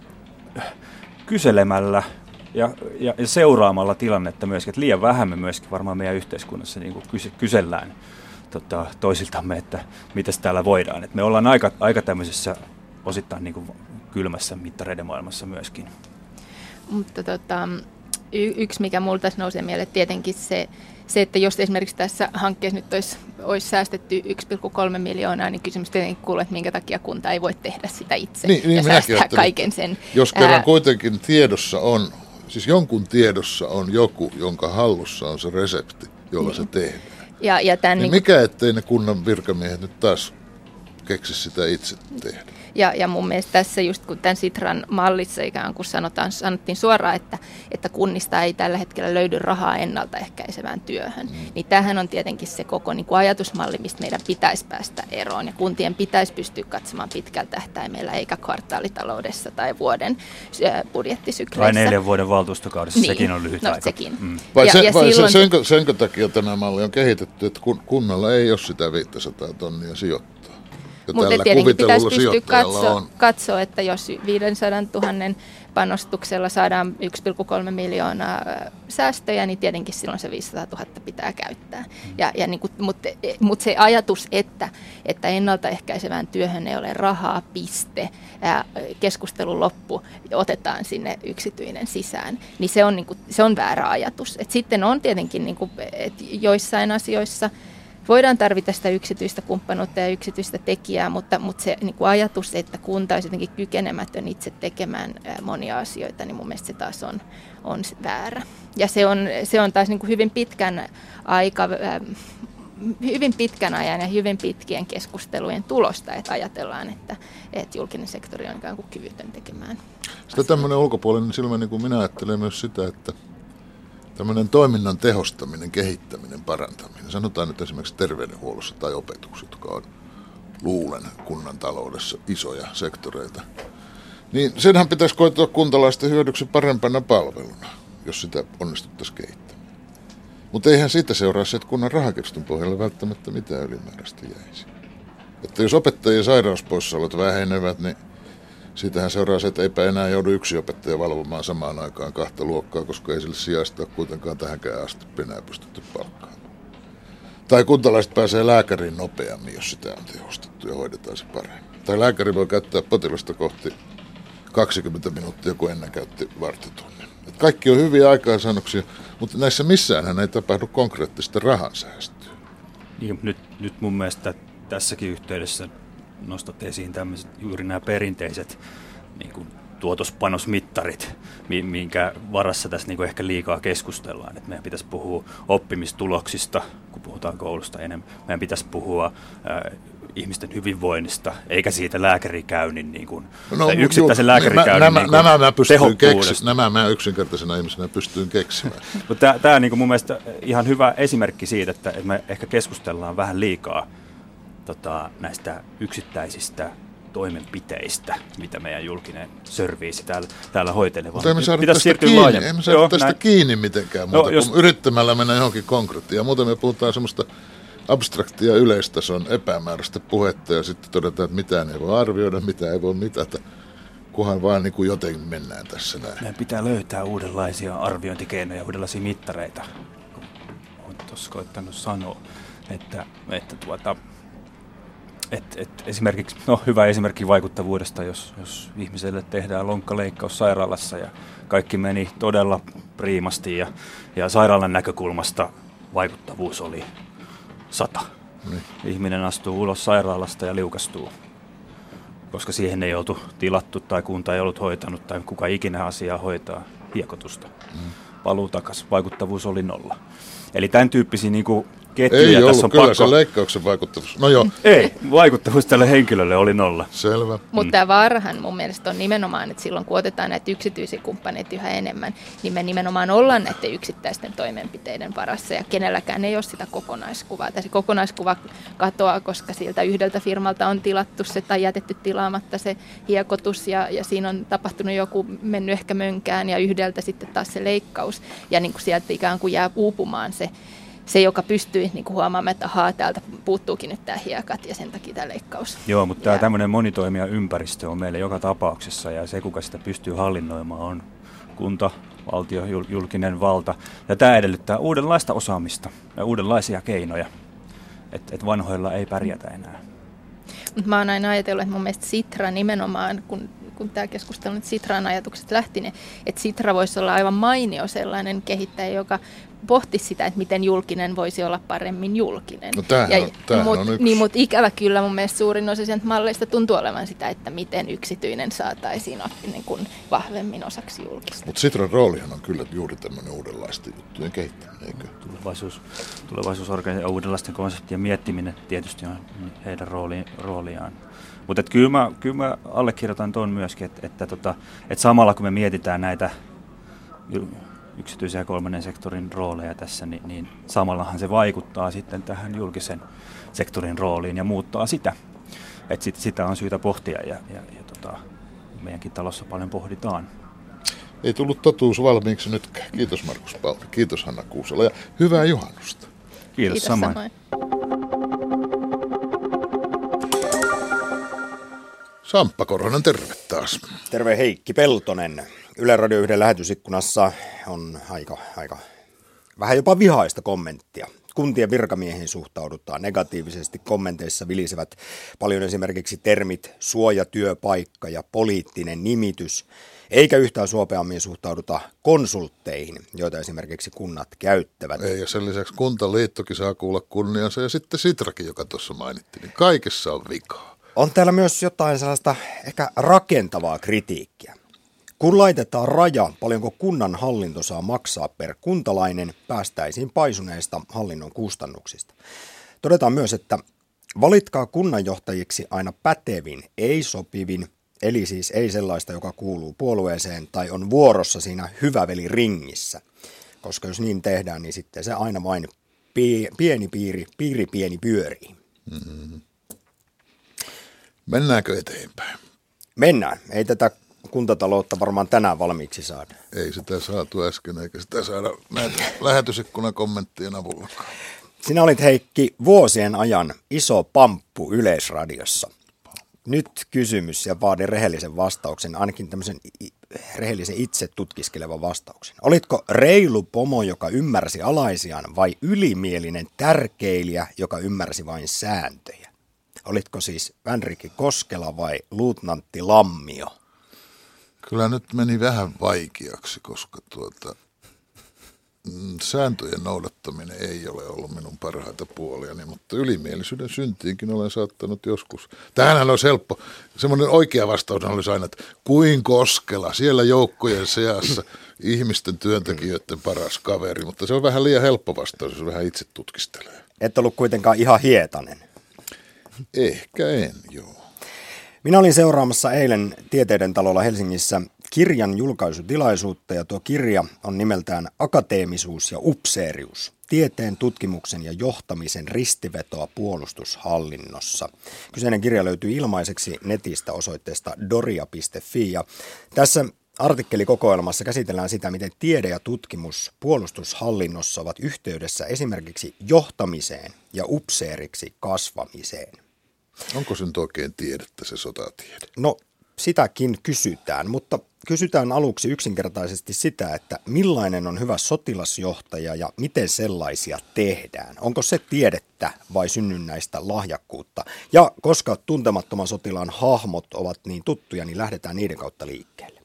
kyselemällä ja, ja, ja seuraamalla tilannetta myöskin, että liian vähän me myöskin varmaan meidän yhteiskunnassa niin kuin kyse, kysellään tota, toisiltamme, että mitäs täällä voidaan. Et me ollaan aika, aika tämmöisessä osittain niin kuin kylmässä mittareiden maailmassa myöskin. Mutta tota, y- yksi, mikä multa tässä nousee mieleen, tietenkin se, se, että jos esimerkiksi tässä hankkeessa nyt olisi, olisi säästetty yksi pilkku kolme miljoonaa, niin kysymys tietenkin kuuluu, että minkä takia kunta ei voi tehdä sitä itse niin, niin, ja säästää kaiken sen. Jos kerran ää... kuitenkin tiedossa on, siis jonkun tiedossa on joku, jonka hallussa on se resepti, jolla niin. se tehdään. Ja, ja tämän, niin mikä ettei ne kunnan virkamiehet nyt taas keksi sitä itse tehdä. Ja, ja mun mielestä tässä just kun tämän Sitran mallissa ikään kuin sanotaan, sanottiin suoraan, että, että kunnista ei tällä hetkellä löydy rahaa ennaltaehkäisevään työhön, mm. niin tämähän on tietenkin se koko niin kuin ajatusmalli, mistä meidän pitäisi päästä eroon. Ja kuntien pitäisi pystyä katsomaan pitkällä tähtäimellä, eikä kvartaalitaloudessa tai vuoden budjettisykleissä. Tai neljän vuoden valtuustokaudessa, niin. sekin on lyhyt no, aika. Sekin. Mm. Vai, ja, se, ja vai silloin... se, senkö, senkö takia tämä malli on kehitetty, että kunnalla ei ole sitä viisisataa tonnia sijoittaa? Mutta tietenkin pitäisi pystyä katsoa, katsoa, että jos viisisataa tuhatta panostuksella saadaan yksi pilkku kolme miljoonaa säästöjä, niin tietenkin silloin se viisisataa tuhatta pitää käyttää. Ja, ja niin kuin, mutta, mutta se ajatus, että, että ennaltaehkäisevään työhön ei ole rahaa, piste, ja keskustelun loppu, otetaan sinne yksityinen sisään, niin se on, niin kuin, se on väärä ajatus. Et sitten on tietenkin niin kuin, että joissain asioissa voidaan tarvita sitä yksityistä kumppanuutta ja yksityistä tekijää, mutta, mutta se niin kuin ajatus, että kunta olisi jotenkin kykenemätön itse tekemään monia asioita, niin mun mielestä se taas on, on väärä. Ja se on, se on taas niin kuin hyvin pitkän aika, hyvin pitkän ajan ja hyvin pitkien keskustelujen tulosta, että ajatellaan, että, että julkinen sektori on ikään kuin kyvytön tekemään. Sitten tämmöinen ulkopuolinen silmä, niin kuin minä ajattelen myös sitä, että tämmöinen toiminnan tehostaminen, kehittäminen, parantaminen, sanotaan nyt esimerkiksi terveydenhuollossa tai opetuksessa, jotka on, luulen, kunnan taloudessa isoja sektoreita, niin senhän pitäisi koitua kuntalaisten hyödyksi parempana palveluna, jos sitä onnistuttaisiin kehittämään. Mutta eihän siitä seuraa se, että kunnan rahakirstun pohjalle välttämättä mitään ylimääräistä jäisi. Että jos opettajien sairauspoissaolot vähenevät, niin siitähän seuraa se, että eipä enää joudu yksi opettaja valvomaan samaan aikaan kahta luokkaa, koska ei sille sijaista ole kuitenkaan tähänkään asti enää pystytty palkkaamaan. Tai kuntalaiset pääsee lääkäriin nopeammin, jos sitä on tehostettu ja hoidetaan se paremmin. Tai lääkäri voi käyttää potilasta kohti kaksikymmentä minuuttia, kun ennen käytti varttitunnin. Et kaikki on hyviä aikaansaannoksia, mutta näissä missäänhän ei tapahdu konkreettista rahansäästöä. Niin, nyt, nyt mun mielestä tässäkin yhteydessä nostat esiin tämmöiset juuri nämä perinteiset niin kuin tuotospanosmittarit, minkä varassa tässä niin kuin ehkä liikaa keskustellaan. Että meidän pitäisi puhua oppimistuloksista, kun puhutaan koulusta enemmän. Meidän pitäisi puhua äh, ihmisten hyvinvoinnista, eikä siitä lääkärikäynnin, niin kuin, no, tai yksittäisen juu, lääkärikäynnin nämä, niin nämä, mä pystyn keksi, nämä mä yksinkertaisena ihmisenä pystyn keksimään. Mutta tämä on niin kuin mun mielestä ihan hyvä esimerkki siitä, että, että me ehkä keskustellaan vähän liikaa Tota, näistä yksittäisistä toimenpiteistä, mitä meidän julkinen serviisi täällä, täällä hoitelee. Mutta emme saada tästä, kiinni, emme saada Joo, tästä kiinni mitenkään muuta, no, jos... kun yrittämällä mennä johonkin konkreettiin. Muuten me puhutaan semmoista abstraktia yleistason epämääräistä puhetta ja sitten todetaan, että mitään ei voi arvioida, mitään ei voi mitata, kunhan vaan niin kuin jotenkin mennään tässä näin. Meidän pitää löytää uudenlaisia arviointikeinoja, uudenlaisia mittareita. Olen tuossa koittanut sanoa, että, että tuota... et, et esimerkiksi, no hyvä esimerkki vaikuttavuudesta, jos, jos ihmiselle tehdään lonkkaleikkaus sairaalassa ja kaikki meni todella priimasti ja, ja sairaalan näkökulmasta vaikuttavuus oli sata. Mm. Ihminen astuu ulos sairaalasta ja liukastuu, koska siihen ei oltu tilattu tai kunta ei ollut hoitanut tai kuka ikinä asiaa hoitaa hiekotusta. Mm. Paluu takas, vaikuttavuus oli nolla. Eli tämän tyyppisiä niin kuin ketjuja ei tässä ollut, on kyllä pakko. Se leikkauksen vaikuttavuus. No joo. Ei, vaikuttavuus tälle henkilölle oli nolla. Selvä. Mutta tämä vaarahan mun mielestä on nimenomaan, että silloin kun otetaan näitä yksityisiä kumppaneita yhä enemmän, niin me nimenomaan ollaan näiden yksittäisten toimenpiteiden varassa ja kenelläkään ei ole sitä kokonaiskuvaa. Tässä kokonaiskuva katoaa, koska siltä yhdeltä firmalta on tilattu se tai jätetty tilaamatta se hiekotus ja, ja siinä on tapahtunut joku mennyt ehkä mönkään ja yhdeltä sitten taas se leikkaus ja niin kuin sieltä ikään kuin jää uupumaan se Se, joka pystyy niin huomaamaan, että ahaa, täältä puuttuukin nyt tämä hiekat ja sen takia tämä leikkaus. Joo, mutta tämä tämmöinen monitoimija ympäristö on meillä joka tapauksessa ja se, kuka sitä pystyy hallinnoimaan, on kunta, valtio, julkinen valta. Ja tämä edellyttää uudenlaista osaamista ja uudenlaisia keinoja, että et vanhoilla ei pärjätä enää. Mutta mä oon aina ajatellut, että mun mielestä Sitra nimenomaan, kun, kun tämä keskustelu nyt Sitran ajatukset lähti, niin että Sitra voisi olla aivan mainio sellainen kehittäjä, joka pohti sitä, että miten julkinen voisi olla paremmin julkinen. No tämähän ja, on, tämähän mut, on yksi. Niin, mutta ikävä kyllä mun mielestä suurin osa sieltä malleista tuntuu olevan sitä, että miten yksityinen saataisiin niin kuin vahvemmin osaksi julkista. Mutta Sitran roolihan on kyllä juuri tämmöinen uudenlaisten juttujen kehittäminen, eikö? Tulevaisuus, tulevaisuusorganisaatio ja uudenlaisten konseptien miettiminen tietysti on heidän rooli, rooliaan. Mutta kyllä mä, kyllä mä allekirjoitan tuon myöskin, että, että, että, että samalla kun me mietitään näitä yksityisen ja kolmannen sektorin rooleja tässä, niin, niin samallahan se vaikuttaa sitten tähän julkisen sektorin rooliin ja muuttaa sitä. Et sit, sitä on syytä pohtia ja, ja, ja tota, meidänkin talossa paljon pohditaan. Ei tullut totuus valmiiksi nytkään. Kiitos Markus Pauli, kiitos Hanna Kuusela ja hyvää juhannusta. Kiitos, Kiitos samoin. samoin. Samppa Korhonen, terve taas. Terve Heikki Peltonen. Yle Radio yhden lähetysikkunassa on aika, aika vähän jopa vihaista kommenttia. Kuntien virkamiehiin suhtaudutaan negatiivisesti. Kommenteissa vilisevät paljon esimerkiksi termit suojatyöpaikka ja poliittinen nimitys, eikä yhtään suopeammin suhtauduta konsultteihin, joita esimerkiksi kunnat käyttävät. Ei, ja sen lisäksi Kuntaliittokin saa kuulla kunniansa ja sitten Sitrakin, joka tuossa mainittiin, niin kaikessa on vikaa. On täällä myös jotain sellaista ehkä rakentavaa kritiikkiä. Kun laitetaan raja, paljonko kunnan hallinto saa maksaa per kuntalainen, päästäisiin paisuneista hallinnon kustannuksista. Todetaan myös, että valitkaa kunnanjohtajiksi aina pätevin, ei sopivin, eli siis ei sellaista, joka kuuluu puolueeseen tai on vuorossa siinä hyväveliringissä. Koska jos niin tehdään, niin sitten se aina vain pie- pieni piiri, piiri pieni pyörii. Mm-hmm. Mennäänkö eteenpäin? Mennään. Ei tätä kuntataloutta varmaan tänään valmiiksi saada. Ei sitä saatu äsken, eikä sitä saada näitä lähetysikkunan kommenttien avullakaan. Sinä olit, Heikki, vuosien ajan iso pamppu Yleisradiossa. Nyt kysymys ja vaadin rehellisen vastauksen, ainakin tämmöisen rehellisen itse tutkiskelevan vastauksen. Olitko reilu pomo, joka ymmärsi alaisiaan, vai ylimielinen tärkeilijä, joka ymmärsi vain sääntöjä? Olitko siis Vänrikki Koskela vai luutnantti Lammio? Kyllä nyt meni vähän vaikeaksi, koska tuota, sääntöjen noudattaminen ei ole ollut minun parhaita puoliani, mutta ylimielisyyden syntiinkin olen saattanut joskus. Tähänhän olisi helppo. Semmoinen oikea vastaus olisi aina, että kuin Koskela, siellä joukkojen seassa ihmisten työntekijöiden paras kaveri, mutta se on vähän liian helppo vastaus, jos vähän itse tutkistelee. Et ollut kuitenkaan ihan hietanen. Ehkä en, joo. Minä olin seuraamassa eilen Tieteiden talolla Helsingissä kirjan julkaisutilaisuutta, ja tuo kirja on nimeltään Akateemisuus ja upseerius. Tieteen, tutkimuksen ja johtamisen ristivetoa puolustushallinnossa. Kyseinen kirja löytyy ilmaiseksi netistä osoitteesta doria piste fi, ja tässä artikkelikokoelmassa käsitellään sitä, miten tiede ja tutkimus puolustushallinnossa ovat yhteydessä esimerkiksi johtamiseen ja upseeriksi kasvamiseen. Onko se nyt oikein tiedettä, se sotatiede? No, sitäkin kysytään, mutta kysytään aluksi yksinkertaisesti sitä, että millainen on hyvä sotilasjohtaja ja miten sellaisia tehdään. Onko se tiedettä vai synnynnäistä lahjakkuutta? Ja koska tuntemattoman sotilaan hahmot ovat niin tuttuja, niin lähdetään niiden kautta liikkeelle.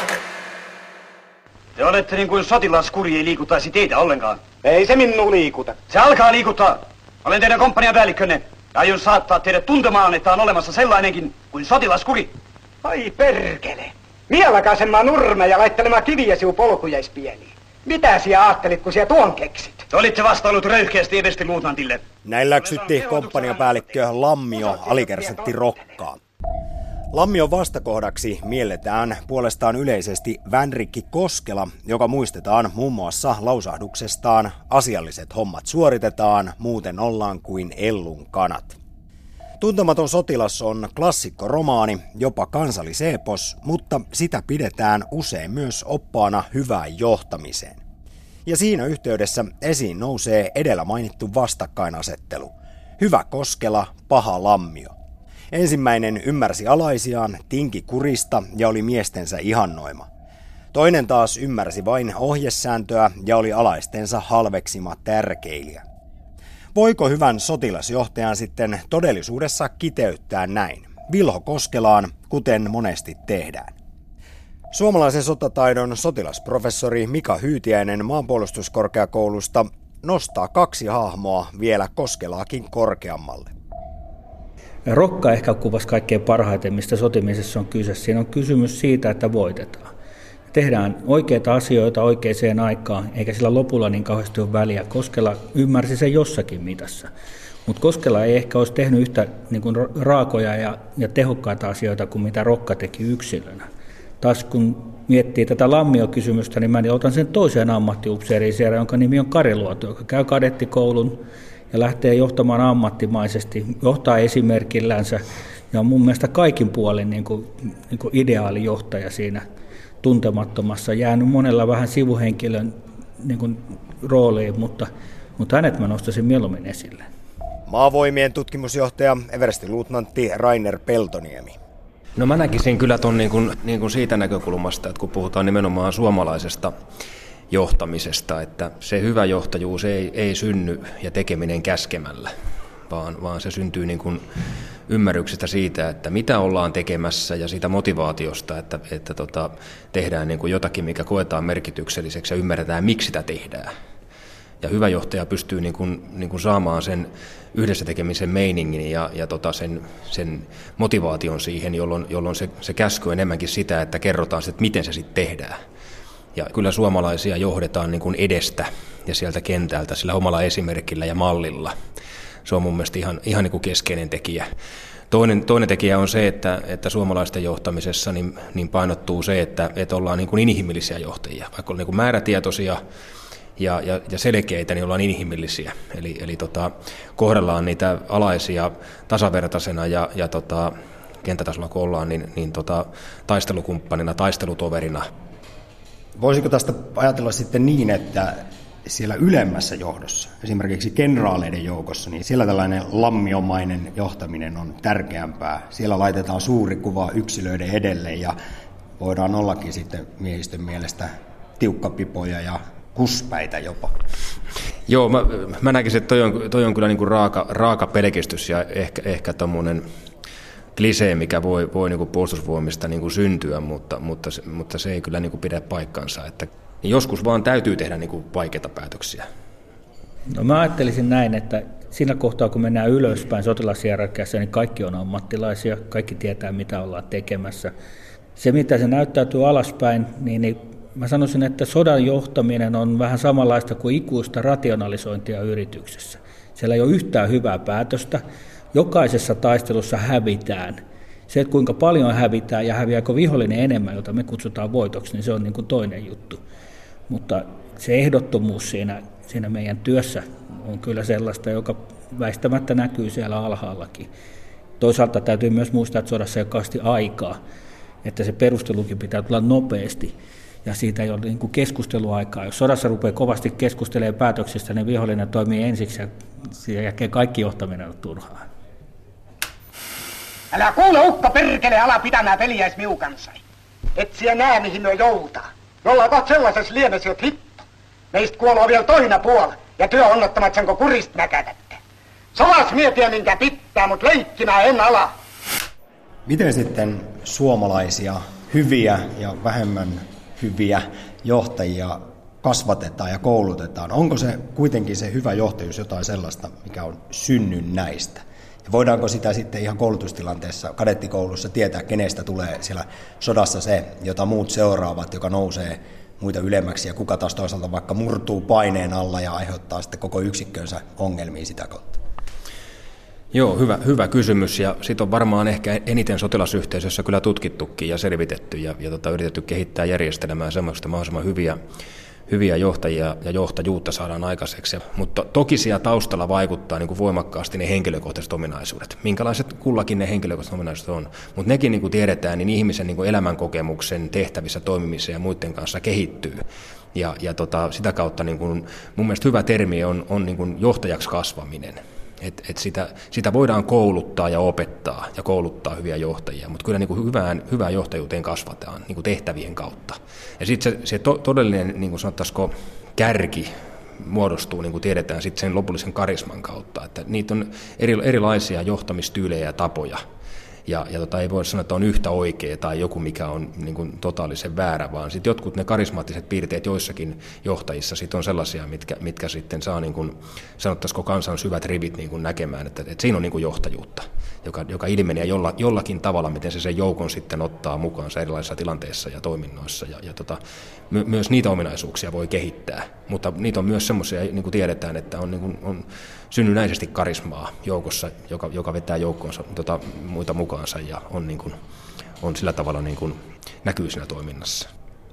Te olette niin kuin sotilaskuri ei liikuttaisi teitä ollenkaan. Ei se minua liikuta. Se alkaa liikuttaa. Olen teidän komppanian päällikkönne ja aion saattaa teidät tuntemaan, että on olemassa sellainenkin kuin sotilaskuri. Ai perkele. Mielakaisemmaa nurme ja laittelemaan kiviä siu polkujaispieliin. Mitä sinä ajattelit, kun sinä tuon keksit? Te olitte vastaillut röyhkeästi eversti luutnantille. Näin läksytti komppaniapäällikkö Lammio alikersantti Rokkaa. Lammion vastakohdaksi mielletään puolestaan yleisesti Vänrikki Koskela, joka muistetaan muun muassa lausahduksestaan asialliset hommat suoritetaan, muuten ollaan kuin ellun kanat. Tuntematon sotilas on klassikkoromaani, jopa kansallisepos, mutta sitä pidetään usein myös oppaana hyvään johtamiseen. Ja siinä yhteydessä esiin nousee edellä mainittu vastakkainasettelu. Hyvä Koskela, paha Lammio. Ensimmäinen ymmärsi alaisiaan, tinki kurista ja oli miestensä ihannoima. Toinen taas ymmärsi vain ohjesääntöä ja oli alaistensa halveksima tärkeilijä. Voiko hyvän sotilasjohtajan sitten todellisuudessa kiteyttää näin? Vilho Koskelaan, kuten monesti tehdään. Suomalaisen sotataidon sotilasprofessori Mika Hyytiäinen Maanpuolustuskorkeakoulusta nostaa kaksi hahmoa vielä Koskelaakin korkeammalle. Rokka ehkä kuvasi kaikkein parhaiten, mistä sotimisessa on kyse. Siinä on kysymys siitä, että voitetaan. Tehdään oikeita asioita oikeaan aikaan, eikä sillä lopulla niin kauheasti ole väliä. Koskela ymmärsi sen jossakin mitassa. Mutta Koskela ei ehkä olisi tehnyt yhtä niin kuin raakoja ja, ja tehokkaita asioita kuin mitä Rokka teki yksilönä. Taas kun miettii tätä Lammio-kysymystä, niin mä otan sen toiseen ammattiupseeriin siellä, jonka nimi on Kari Luoto, joka käy kadettikoulun ja lähtee johtamaan ammattimaisesti, johtaa esimerkillänsä ja on mun mielestä kaikin puolin niin kuin, niin kuin ideaali johtaja siinä tuntemattomassa. Jäänyt monella vähän sivuhenkilön niin kuin, rooliin, mutta, mutta hänet mä nostaisin mieluummin esille. Maavoimien tutkimusjohtaja everstiluutnantti Rainer Peltoniemi. No mä näkisin kyllä ton niin kuin, niin kuin siitä näkökulmasta, että kun puhutaan nimenomaan suomalaisesta johtamisesta, että se hyvä johtajuus ei, ei synny ja tekeminen käskemällä, vaan, vaan se syntyy niin kuin ymmärryksestä siitä, että mitä ollaan tekemässä ja siitä motivaatiosta, että, että tota, tehdään niin kuin jotakin, mikä koetaan merkitykselliseksi ja ymmärretään, miksi sitä tehdään. Ja hyvä johtaja pystyy niin kuin, niin kuin saamaan sen yhdessä tekemisen meiningin ja, ja tota sen, sen motivaation siihen, jolloin, jolloin se, se käsky on enemmänkin sitä, että kerrotaan sitä, että miten se sitten tehdään. Ja kyllä suomalaisia johdetaan niin kuin edestä ja sieltä kentältä sillä omalla esimerkillä ja mallilla. Se on mun mielestä ihan, ihan niin kuin keskeinen tekijä. Toinen, toinen tekijä on se, että, että suomalaisten johtamisessa niin, niin painottuu se, että, että ollaan niin kuin inhimillisiä johtajia, vaikka on niin kuin määrätietoisia ja, ja, ja selkeitä, niin ollaan inhimillisiä. Eli, eli tota, kohdellaan niitä alaisia tasavertaisena ja, ja tota, kenttätasolla kun ollaan, niin, niin tota, taistelukumppanina, taistelutoverina. Voisiko tästä ajatella sitten niin, että siellä ylemmässä johdossa, esimerkiksi kenraaleiden joukossa, niin siellä tällainen lammiomainen johtaminen on tärkeämpää. Siellä laitetaan suuri kuva yksilöiden edelle ja voidaan ollakin sitten miehistön mielestä tiukkapipoja ja kuspäitä jopa. Joo, mä, mä näkisin, että toi on, toi on kyllä niin kuin raaka, raaka pelkistys ja ehkä, ehkä tommoinen klisee, mikä voi, voi niin kuin puolustusvoimista niin kuin syntyä, mutta, mutta, mutta se ei kyllä niin kuin pidä paikkansa. Että joskus vaan täytyy tehdä niin kuin vaikeita päätöksiä. No mä ajattelisin näin, että siinä kohtaa kun mennään ylöspäin sotilashierarkiassa, niin kaikki on ammattilaisia, kaikki tietää mitä ollaan tekemässä. Se mitä se näyttäytyy alaspäin, niin, niin mä sanoisin, että sodan johtaminen on vähän samanlaista kuin ikuista rationalisointia yrityksessä. Siellä ei ole yhtään hyvää päätöstä. Jokaisessa taistelussa hävitään. Se, että kuinka paljon hävitään ja häviääkö vihollinen enemmän, jota me kutsutaan voitoksi, niin se on niin kuin toinen juttu. Mutta se ehdottomuus siinä, siinä meidän työssä on kyllä sellaista, joka väistämättä näkyy siellä alhaallakin. Toisaalta täytyy myös muistaa, että sodassa ei ole kauheasti aikaa, että se perustelukin pitää tulla nopeasti. Ja siitä ei ole niin kuin keskusteluaikaa. Jos sodassa rupeaa kovasti keskustelemaan päätöksistä, niin vihollinen toimii ensiksi ja sen jälkeen kaikki johtaminen on turhaa. Älä kuule ukko perkele, ala pitämään peliäis miukansa. Et siellä näe mihin me joutaa. Me ollaan kohta sellaisessa liemessä, jot hitto. Meistä kuoloo vielä toinen puoli, ja työ onnottomat sen kun kurist näkätätte. Salas mietiä minkä pitää, mut leikkimään en ala. Miten sitten suomalaisia hyviä ja vähemmän hyviä johtajia kasvatetaan ja koulutetaan? Onko se kuitenkin se hyvä johtajuus jotain sellaista, mikä on synnynnäistä? Ja voidaanko sitä sitten ihan koulutustilanteessa, kadettikoulussa tietää, kenestä tulee siellä sodassa se, jota muut seuraavat, joka nousee muita ylemmäksi ja kuka taas toisaalta vaikka murtuu paineen alla ja aiheuttaa sitten koko yksikkönsä ongelmia sitä kautta? Joo, hyvä, hyvä kysymys, ja siitä on varmaan ehkä eniten sotilasyhteisössä kyllä tutkittukin ja selvitetty ja, ja tota, yritetty kehittää järjestelmää semmoista mahdollisimman hyviä, hyviä johtajia ja johtajuutta saadaan aikaiseksi. Mutta toki siellä taustalla vaikuttaa niin kuin voimakkaasti ne henkilökohtaiset ominaisuudet. Minkälaiset kullakin ne henkilökohtaiset ominaisuudet on. Mutta nekin niin kuin tiedetään, niin ihmisen niin kuin elämänkokemuksen tehtävissä toimimisen ja muiden kanssa kehittyy. Ja, ja tota, sitä kautta niin kuin, mun mielestä hyvä termi on, on niin kuin johtajaksi kasvaminen. Et, et sitä, sitä voidaan kouluttaa ja opettaa ja kouluttaa hyviä johtajia, mutta kyllä niin kuin hyvään, hyvään johtajuuteen kasvataan niin kuin tehtävien kautta. Ja sitten se, se to, todellinen, niin kuin sanottaisiko, kärki muodostuu, niin kuin tiedetään, sitten sen lopullisen karisman kautta. Että niitä on eri, erilaisia johtamistyylejä ja tapoja. Ja, ja tota, ei voi sanoa, että on yhtä oikea tai joku, mikä on niin kuin totaalisen väärä, vaan sitten jotkut ne karismaattiset piirteet joissakin johtajissa sit on sellaisia, mitkä, mitkä sitten saa, niin kuin, sanottaisiko kansan syvät rivit niin kuin näkemään, että, että siinä on niin kuin johtajuutta, joka, joka ilmenee jolla, jollakin tavalla, miten se sen joukon sitten ottaa mukaansa erilaisissa tilanteissa ja toiminnoissa. Ja, ja tota, my, myös niitä ominaisuuksia voi kehittää, mutta niitä on myös semmoisia, niin kuin tiedetään, että on, niin kuin, on synnynnäisesti karismaa joukossa, joka, joka vetää joukkoonsa tota, muita mukaansa ja on, niin kuin, on sillä tavalla niin kuin näkyy siinä toiminnassa.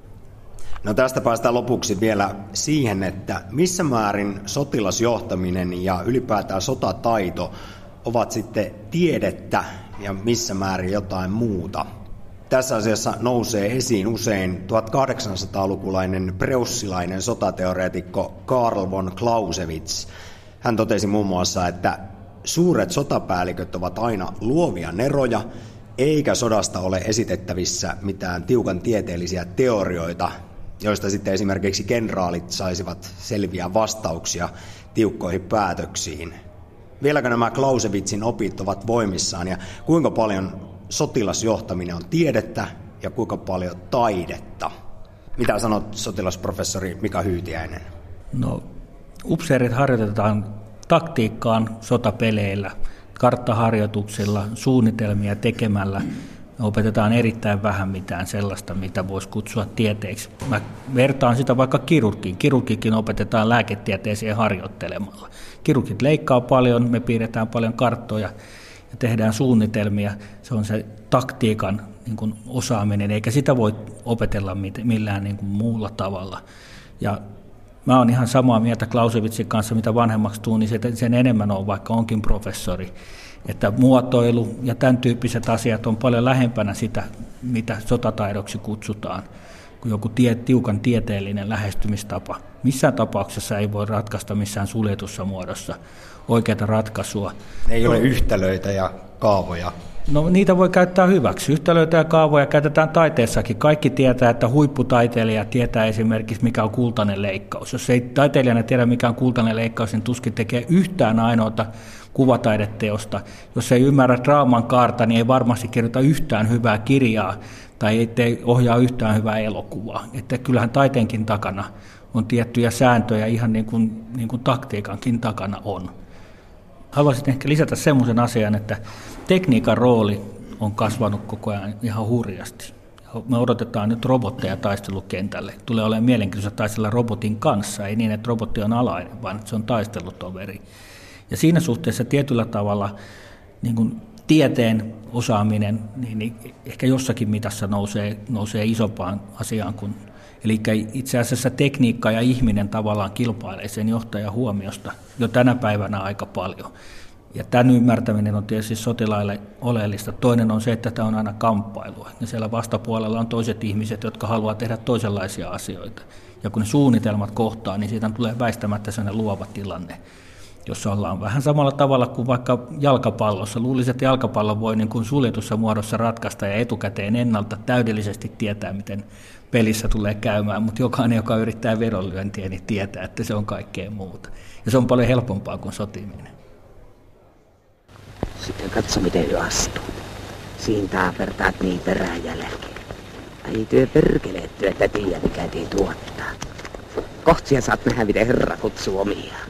No tästä päästään lopuksi vielä siihen, että missä määrin sotilasjohtaminen ja ylipäätään sotataito ovat sitten tiedettä ja missä määrin jotain muuta. Tässä asiassa nousee esiin usein tuhatkahdeksansataalukulainen preussilainen sotateoreetikko Karl von Clausewitz. Hän totesi muun muassa, että suuret sotapäälliköt ovat aina luovia neroja, eikä sodasta ole esitettävissä mitään tiukan tieteellisiä teorioita, joista sitten esimerkiksi kenraalit saisivat selviä vastauksia tiukkoihin päätöksiin. Vieläkö nämä Clausewitzin opit ovat voimissaan ja kuinka paljon sotilasjohtaminen on tiedettä ja kuinka paljon taidetta? Mitä sanot sotilasprofessori Mika Hyytiäinen? No, upseerit harjoitetaan taktiikkaan sotapeleillä, karttaharjoituksilla, suunnitelmia tekemällä. Me opetetaan erittäin vähän mitään sellaista, mitä voisi kutsua tieteeksi. Mä vertaan sitä vaikka kirurgiin. Kirurgikin opetetaan lääketieteeseen harjoittelemalla. Kirurgit leikkaa paljon, me piirretään paljon karttoja ja tehdään suunnitelmia. Se on se taktiikan niin kuin osaaminen, eikä sitä voi opetella millään niin kuin muulla tavalla. Ja mä oon ihan samaa mieltä Clausewitzin kanssa, mitä vanhemmaksi tuun, niin sen enemmän on, vaikka onkin professori. Että muotoilu ja tämän tyyppiset asiat on paljon lähempänä sitä, mitä sotataidoksi kutsutaan, kuin joku tie, tiukan tieteellinen lähestymistapa. Missään tapauksessa ei voi ratkaista missään suljetussa muodossa oikeaa ratkaisua. Ei ole yhtälöitä ja kaavoja. No niitä voi käyttää hyväksi. Yhtälöitä ja kaavoja käytetään taiteessakin. Kaikki tietää, että huipputaiteilija tietää esimerkiksi, mikä on kultainen leikkaus. Jos ei taiteilijana tiedä, mikä on kultainen leikkaus, niin tuskin tekee yhtään ainoata kuvataideteosta. Jos ei ymmärrä draaman kaarta, niin ei varmasti kirjoita yhtään hyvää kirjaa tai ei ohjaa yhtään hyvää elokuvaa. Että kyllähän taiteenkin takana on tiettyjä sääntöjä, ihan niin kuin, niin kuin taktiikankin takana on. Haluaisin ehkä lisätä semmoisen asian, että tekniikan rooli on kasvanut koko ajan ihan hurjasti. Me odotetaan nyt robotteja taistelukentälle. Tulee olemaan mielenkiintoista taistella robotin kanssa, ei niin, että robotti on alainen, vaan että se on taistelutoveri. Ja siinä suhteessa tietyllä tavalla niin kuin tieteen osaaminen niin, niin ehkä jossakin mitassa nousee, nousee isompaan asiaan kuin. Eli itse asiassa tekniikka ja ihminen tavallaan kilpailee sen johtajan huomiosta jo tänä päivänä aika paljon. Ja tämän ymmärtäminen on tietysti sotilaille oleellista. Toinen on se, että tämä on aina kamppailua. Ja siellä vastapuolella on toiset ihmiset, jotka haluaa tehdä toisenlaisia asioita. Ja kun ne suunnitelmat kohtaa, niin siitä tulee väistämättä sellainen luova tilanne. jos ollaan vähän samalla tavalla kuin vaikka jalkapallossa. Luulisin, että jalkapallo voi niin kuin suljetussa muodossa ratkaista ja etukäteen ennalta täydellisesti tietää, miten pelissä tulee käymään, mutta jokainen, joka yrittää vedonlyöntiä, niin tietää, että se on kaikkea muuta. Ja se on paljon helpompaa kuin sotiminen. Sitten katso, miten jo astuu. Siinä taapertaat niin perään jälkeen. Ai työ perkeleetty, että tiedä mikä tie tuottaa. Kohtia saat nähdä, miten herra kutsuu omiaan.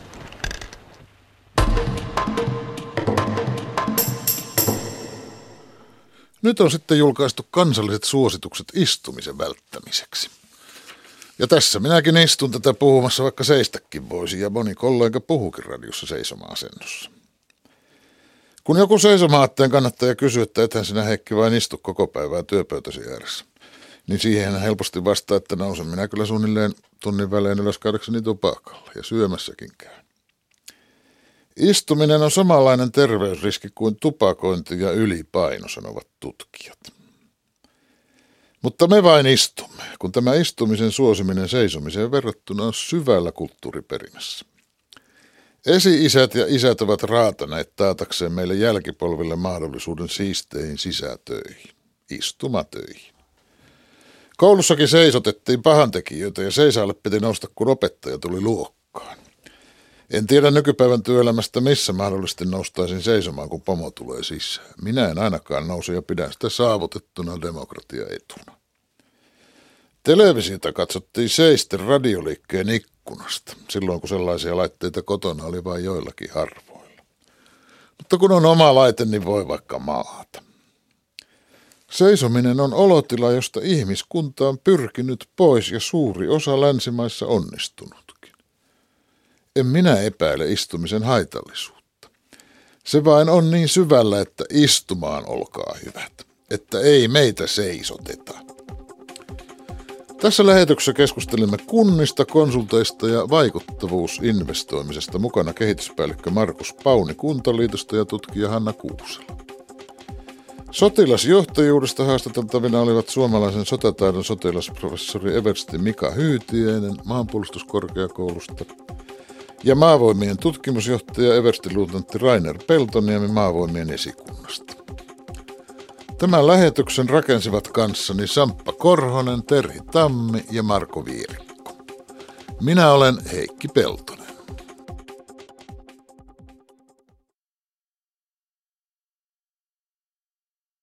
Nyt on sitten julkaistu kansalliset suositukset istumisen välttämiseksi. Ja tässä minäkin istun tätä puhumassa, vaikka seistäkin voisi, ja moni kollega puhuukin radiossa seisoma-asennossa. Kun joku seisomaatteen kannattaja kysyy, että ethän sinä Heikki vain istu koko päivää työpöytäsi ääressä, niin siihen hän helposti vastaa, että nousen minä kyllä suunnilleen tunnin välein ylös käydäkseni tupakalla ja syömässäkin käy. Istuminen on samanlainen terveysriski kuin tupakointi ja ylipaino, sanovat tutkijat. Mutta me vain istumme, kun tämä istumisen suosiminen seisomiseen verrattuna on syvällä kulttuuriperimässä. Esi-isät ja isät ovat raataneet taatakseen meille jälkipolville mahdollisuuden siisteihin sisätöihin, istumatöihin. Koulussakin seisotettiin pahantekijöitä ja seisaalle piti nousta, kun opettaja tuli luokkaan. En tiedä nykypäivän työelämästä, missä mahdollisesti noustaisin seisomaan, kun pomo tulee sisään. Minä en ainakaan nouse ja pidän sitä saavutettuna demokratiaetuna. Televisiota katsottiin seisten radioliikkeen ikkunasta, silloin kun sellaisia laitteita kotona oli vain joillakin harvoilla. Mutta kun on oma laite, niin voi vaikka maata. Seisominen on olotila, josta ihmiskunta on pyrkinyt pois ja suuri osa länsimaissa onnistunutkin. En minä epäile istumisen haitallisuutta. Se vain on niin syvällä, että istumaan olkaa hyvät, että ei meitä seisoteta. Tässä lähetyksessä keskustelimme kunnista, konsulteista ja vaikuttavuusinvestoimisesta, mukana kehityspäällikkö Markus Pauni Kuntaliitosta ja tutkija Hanna Kuusela. Sotilasjohtajuudesta haastateltavina olivat suomalaisen sotataidon sotilasprofessori eversti Mika Hyytiäinen maanpuolustuskorkeakoulusta ja maavoimien tutkimusjohtaja everstiluutnantti Rainer Peltoniemi maavoimien esikunnasta. Tämän lähetyksen rakensivat kanssani Samppa Korhonen, Terhi Tammi ja Marko Vierikko. Minä olen Heikki Pelto.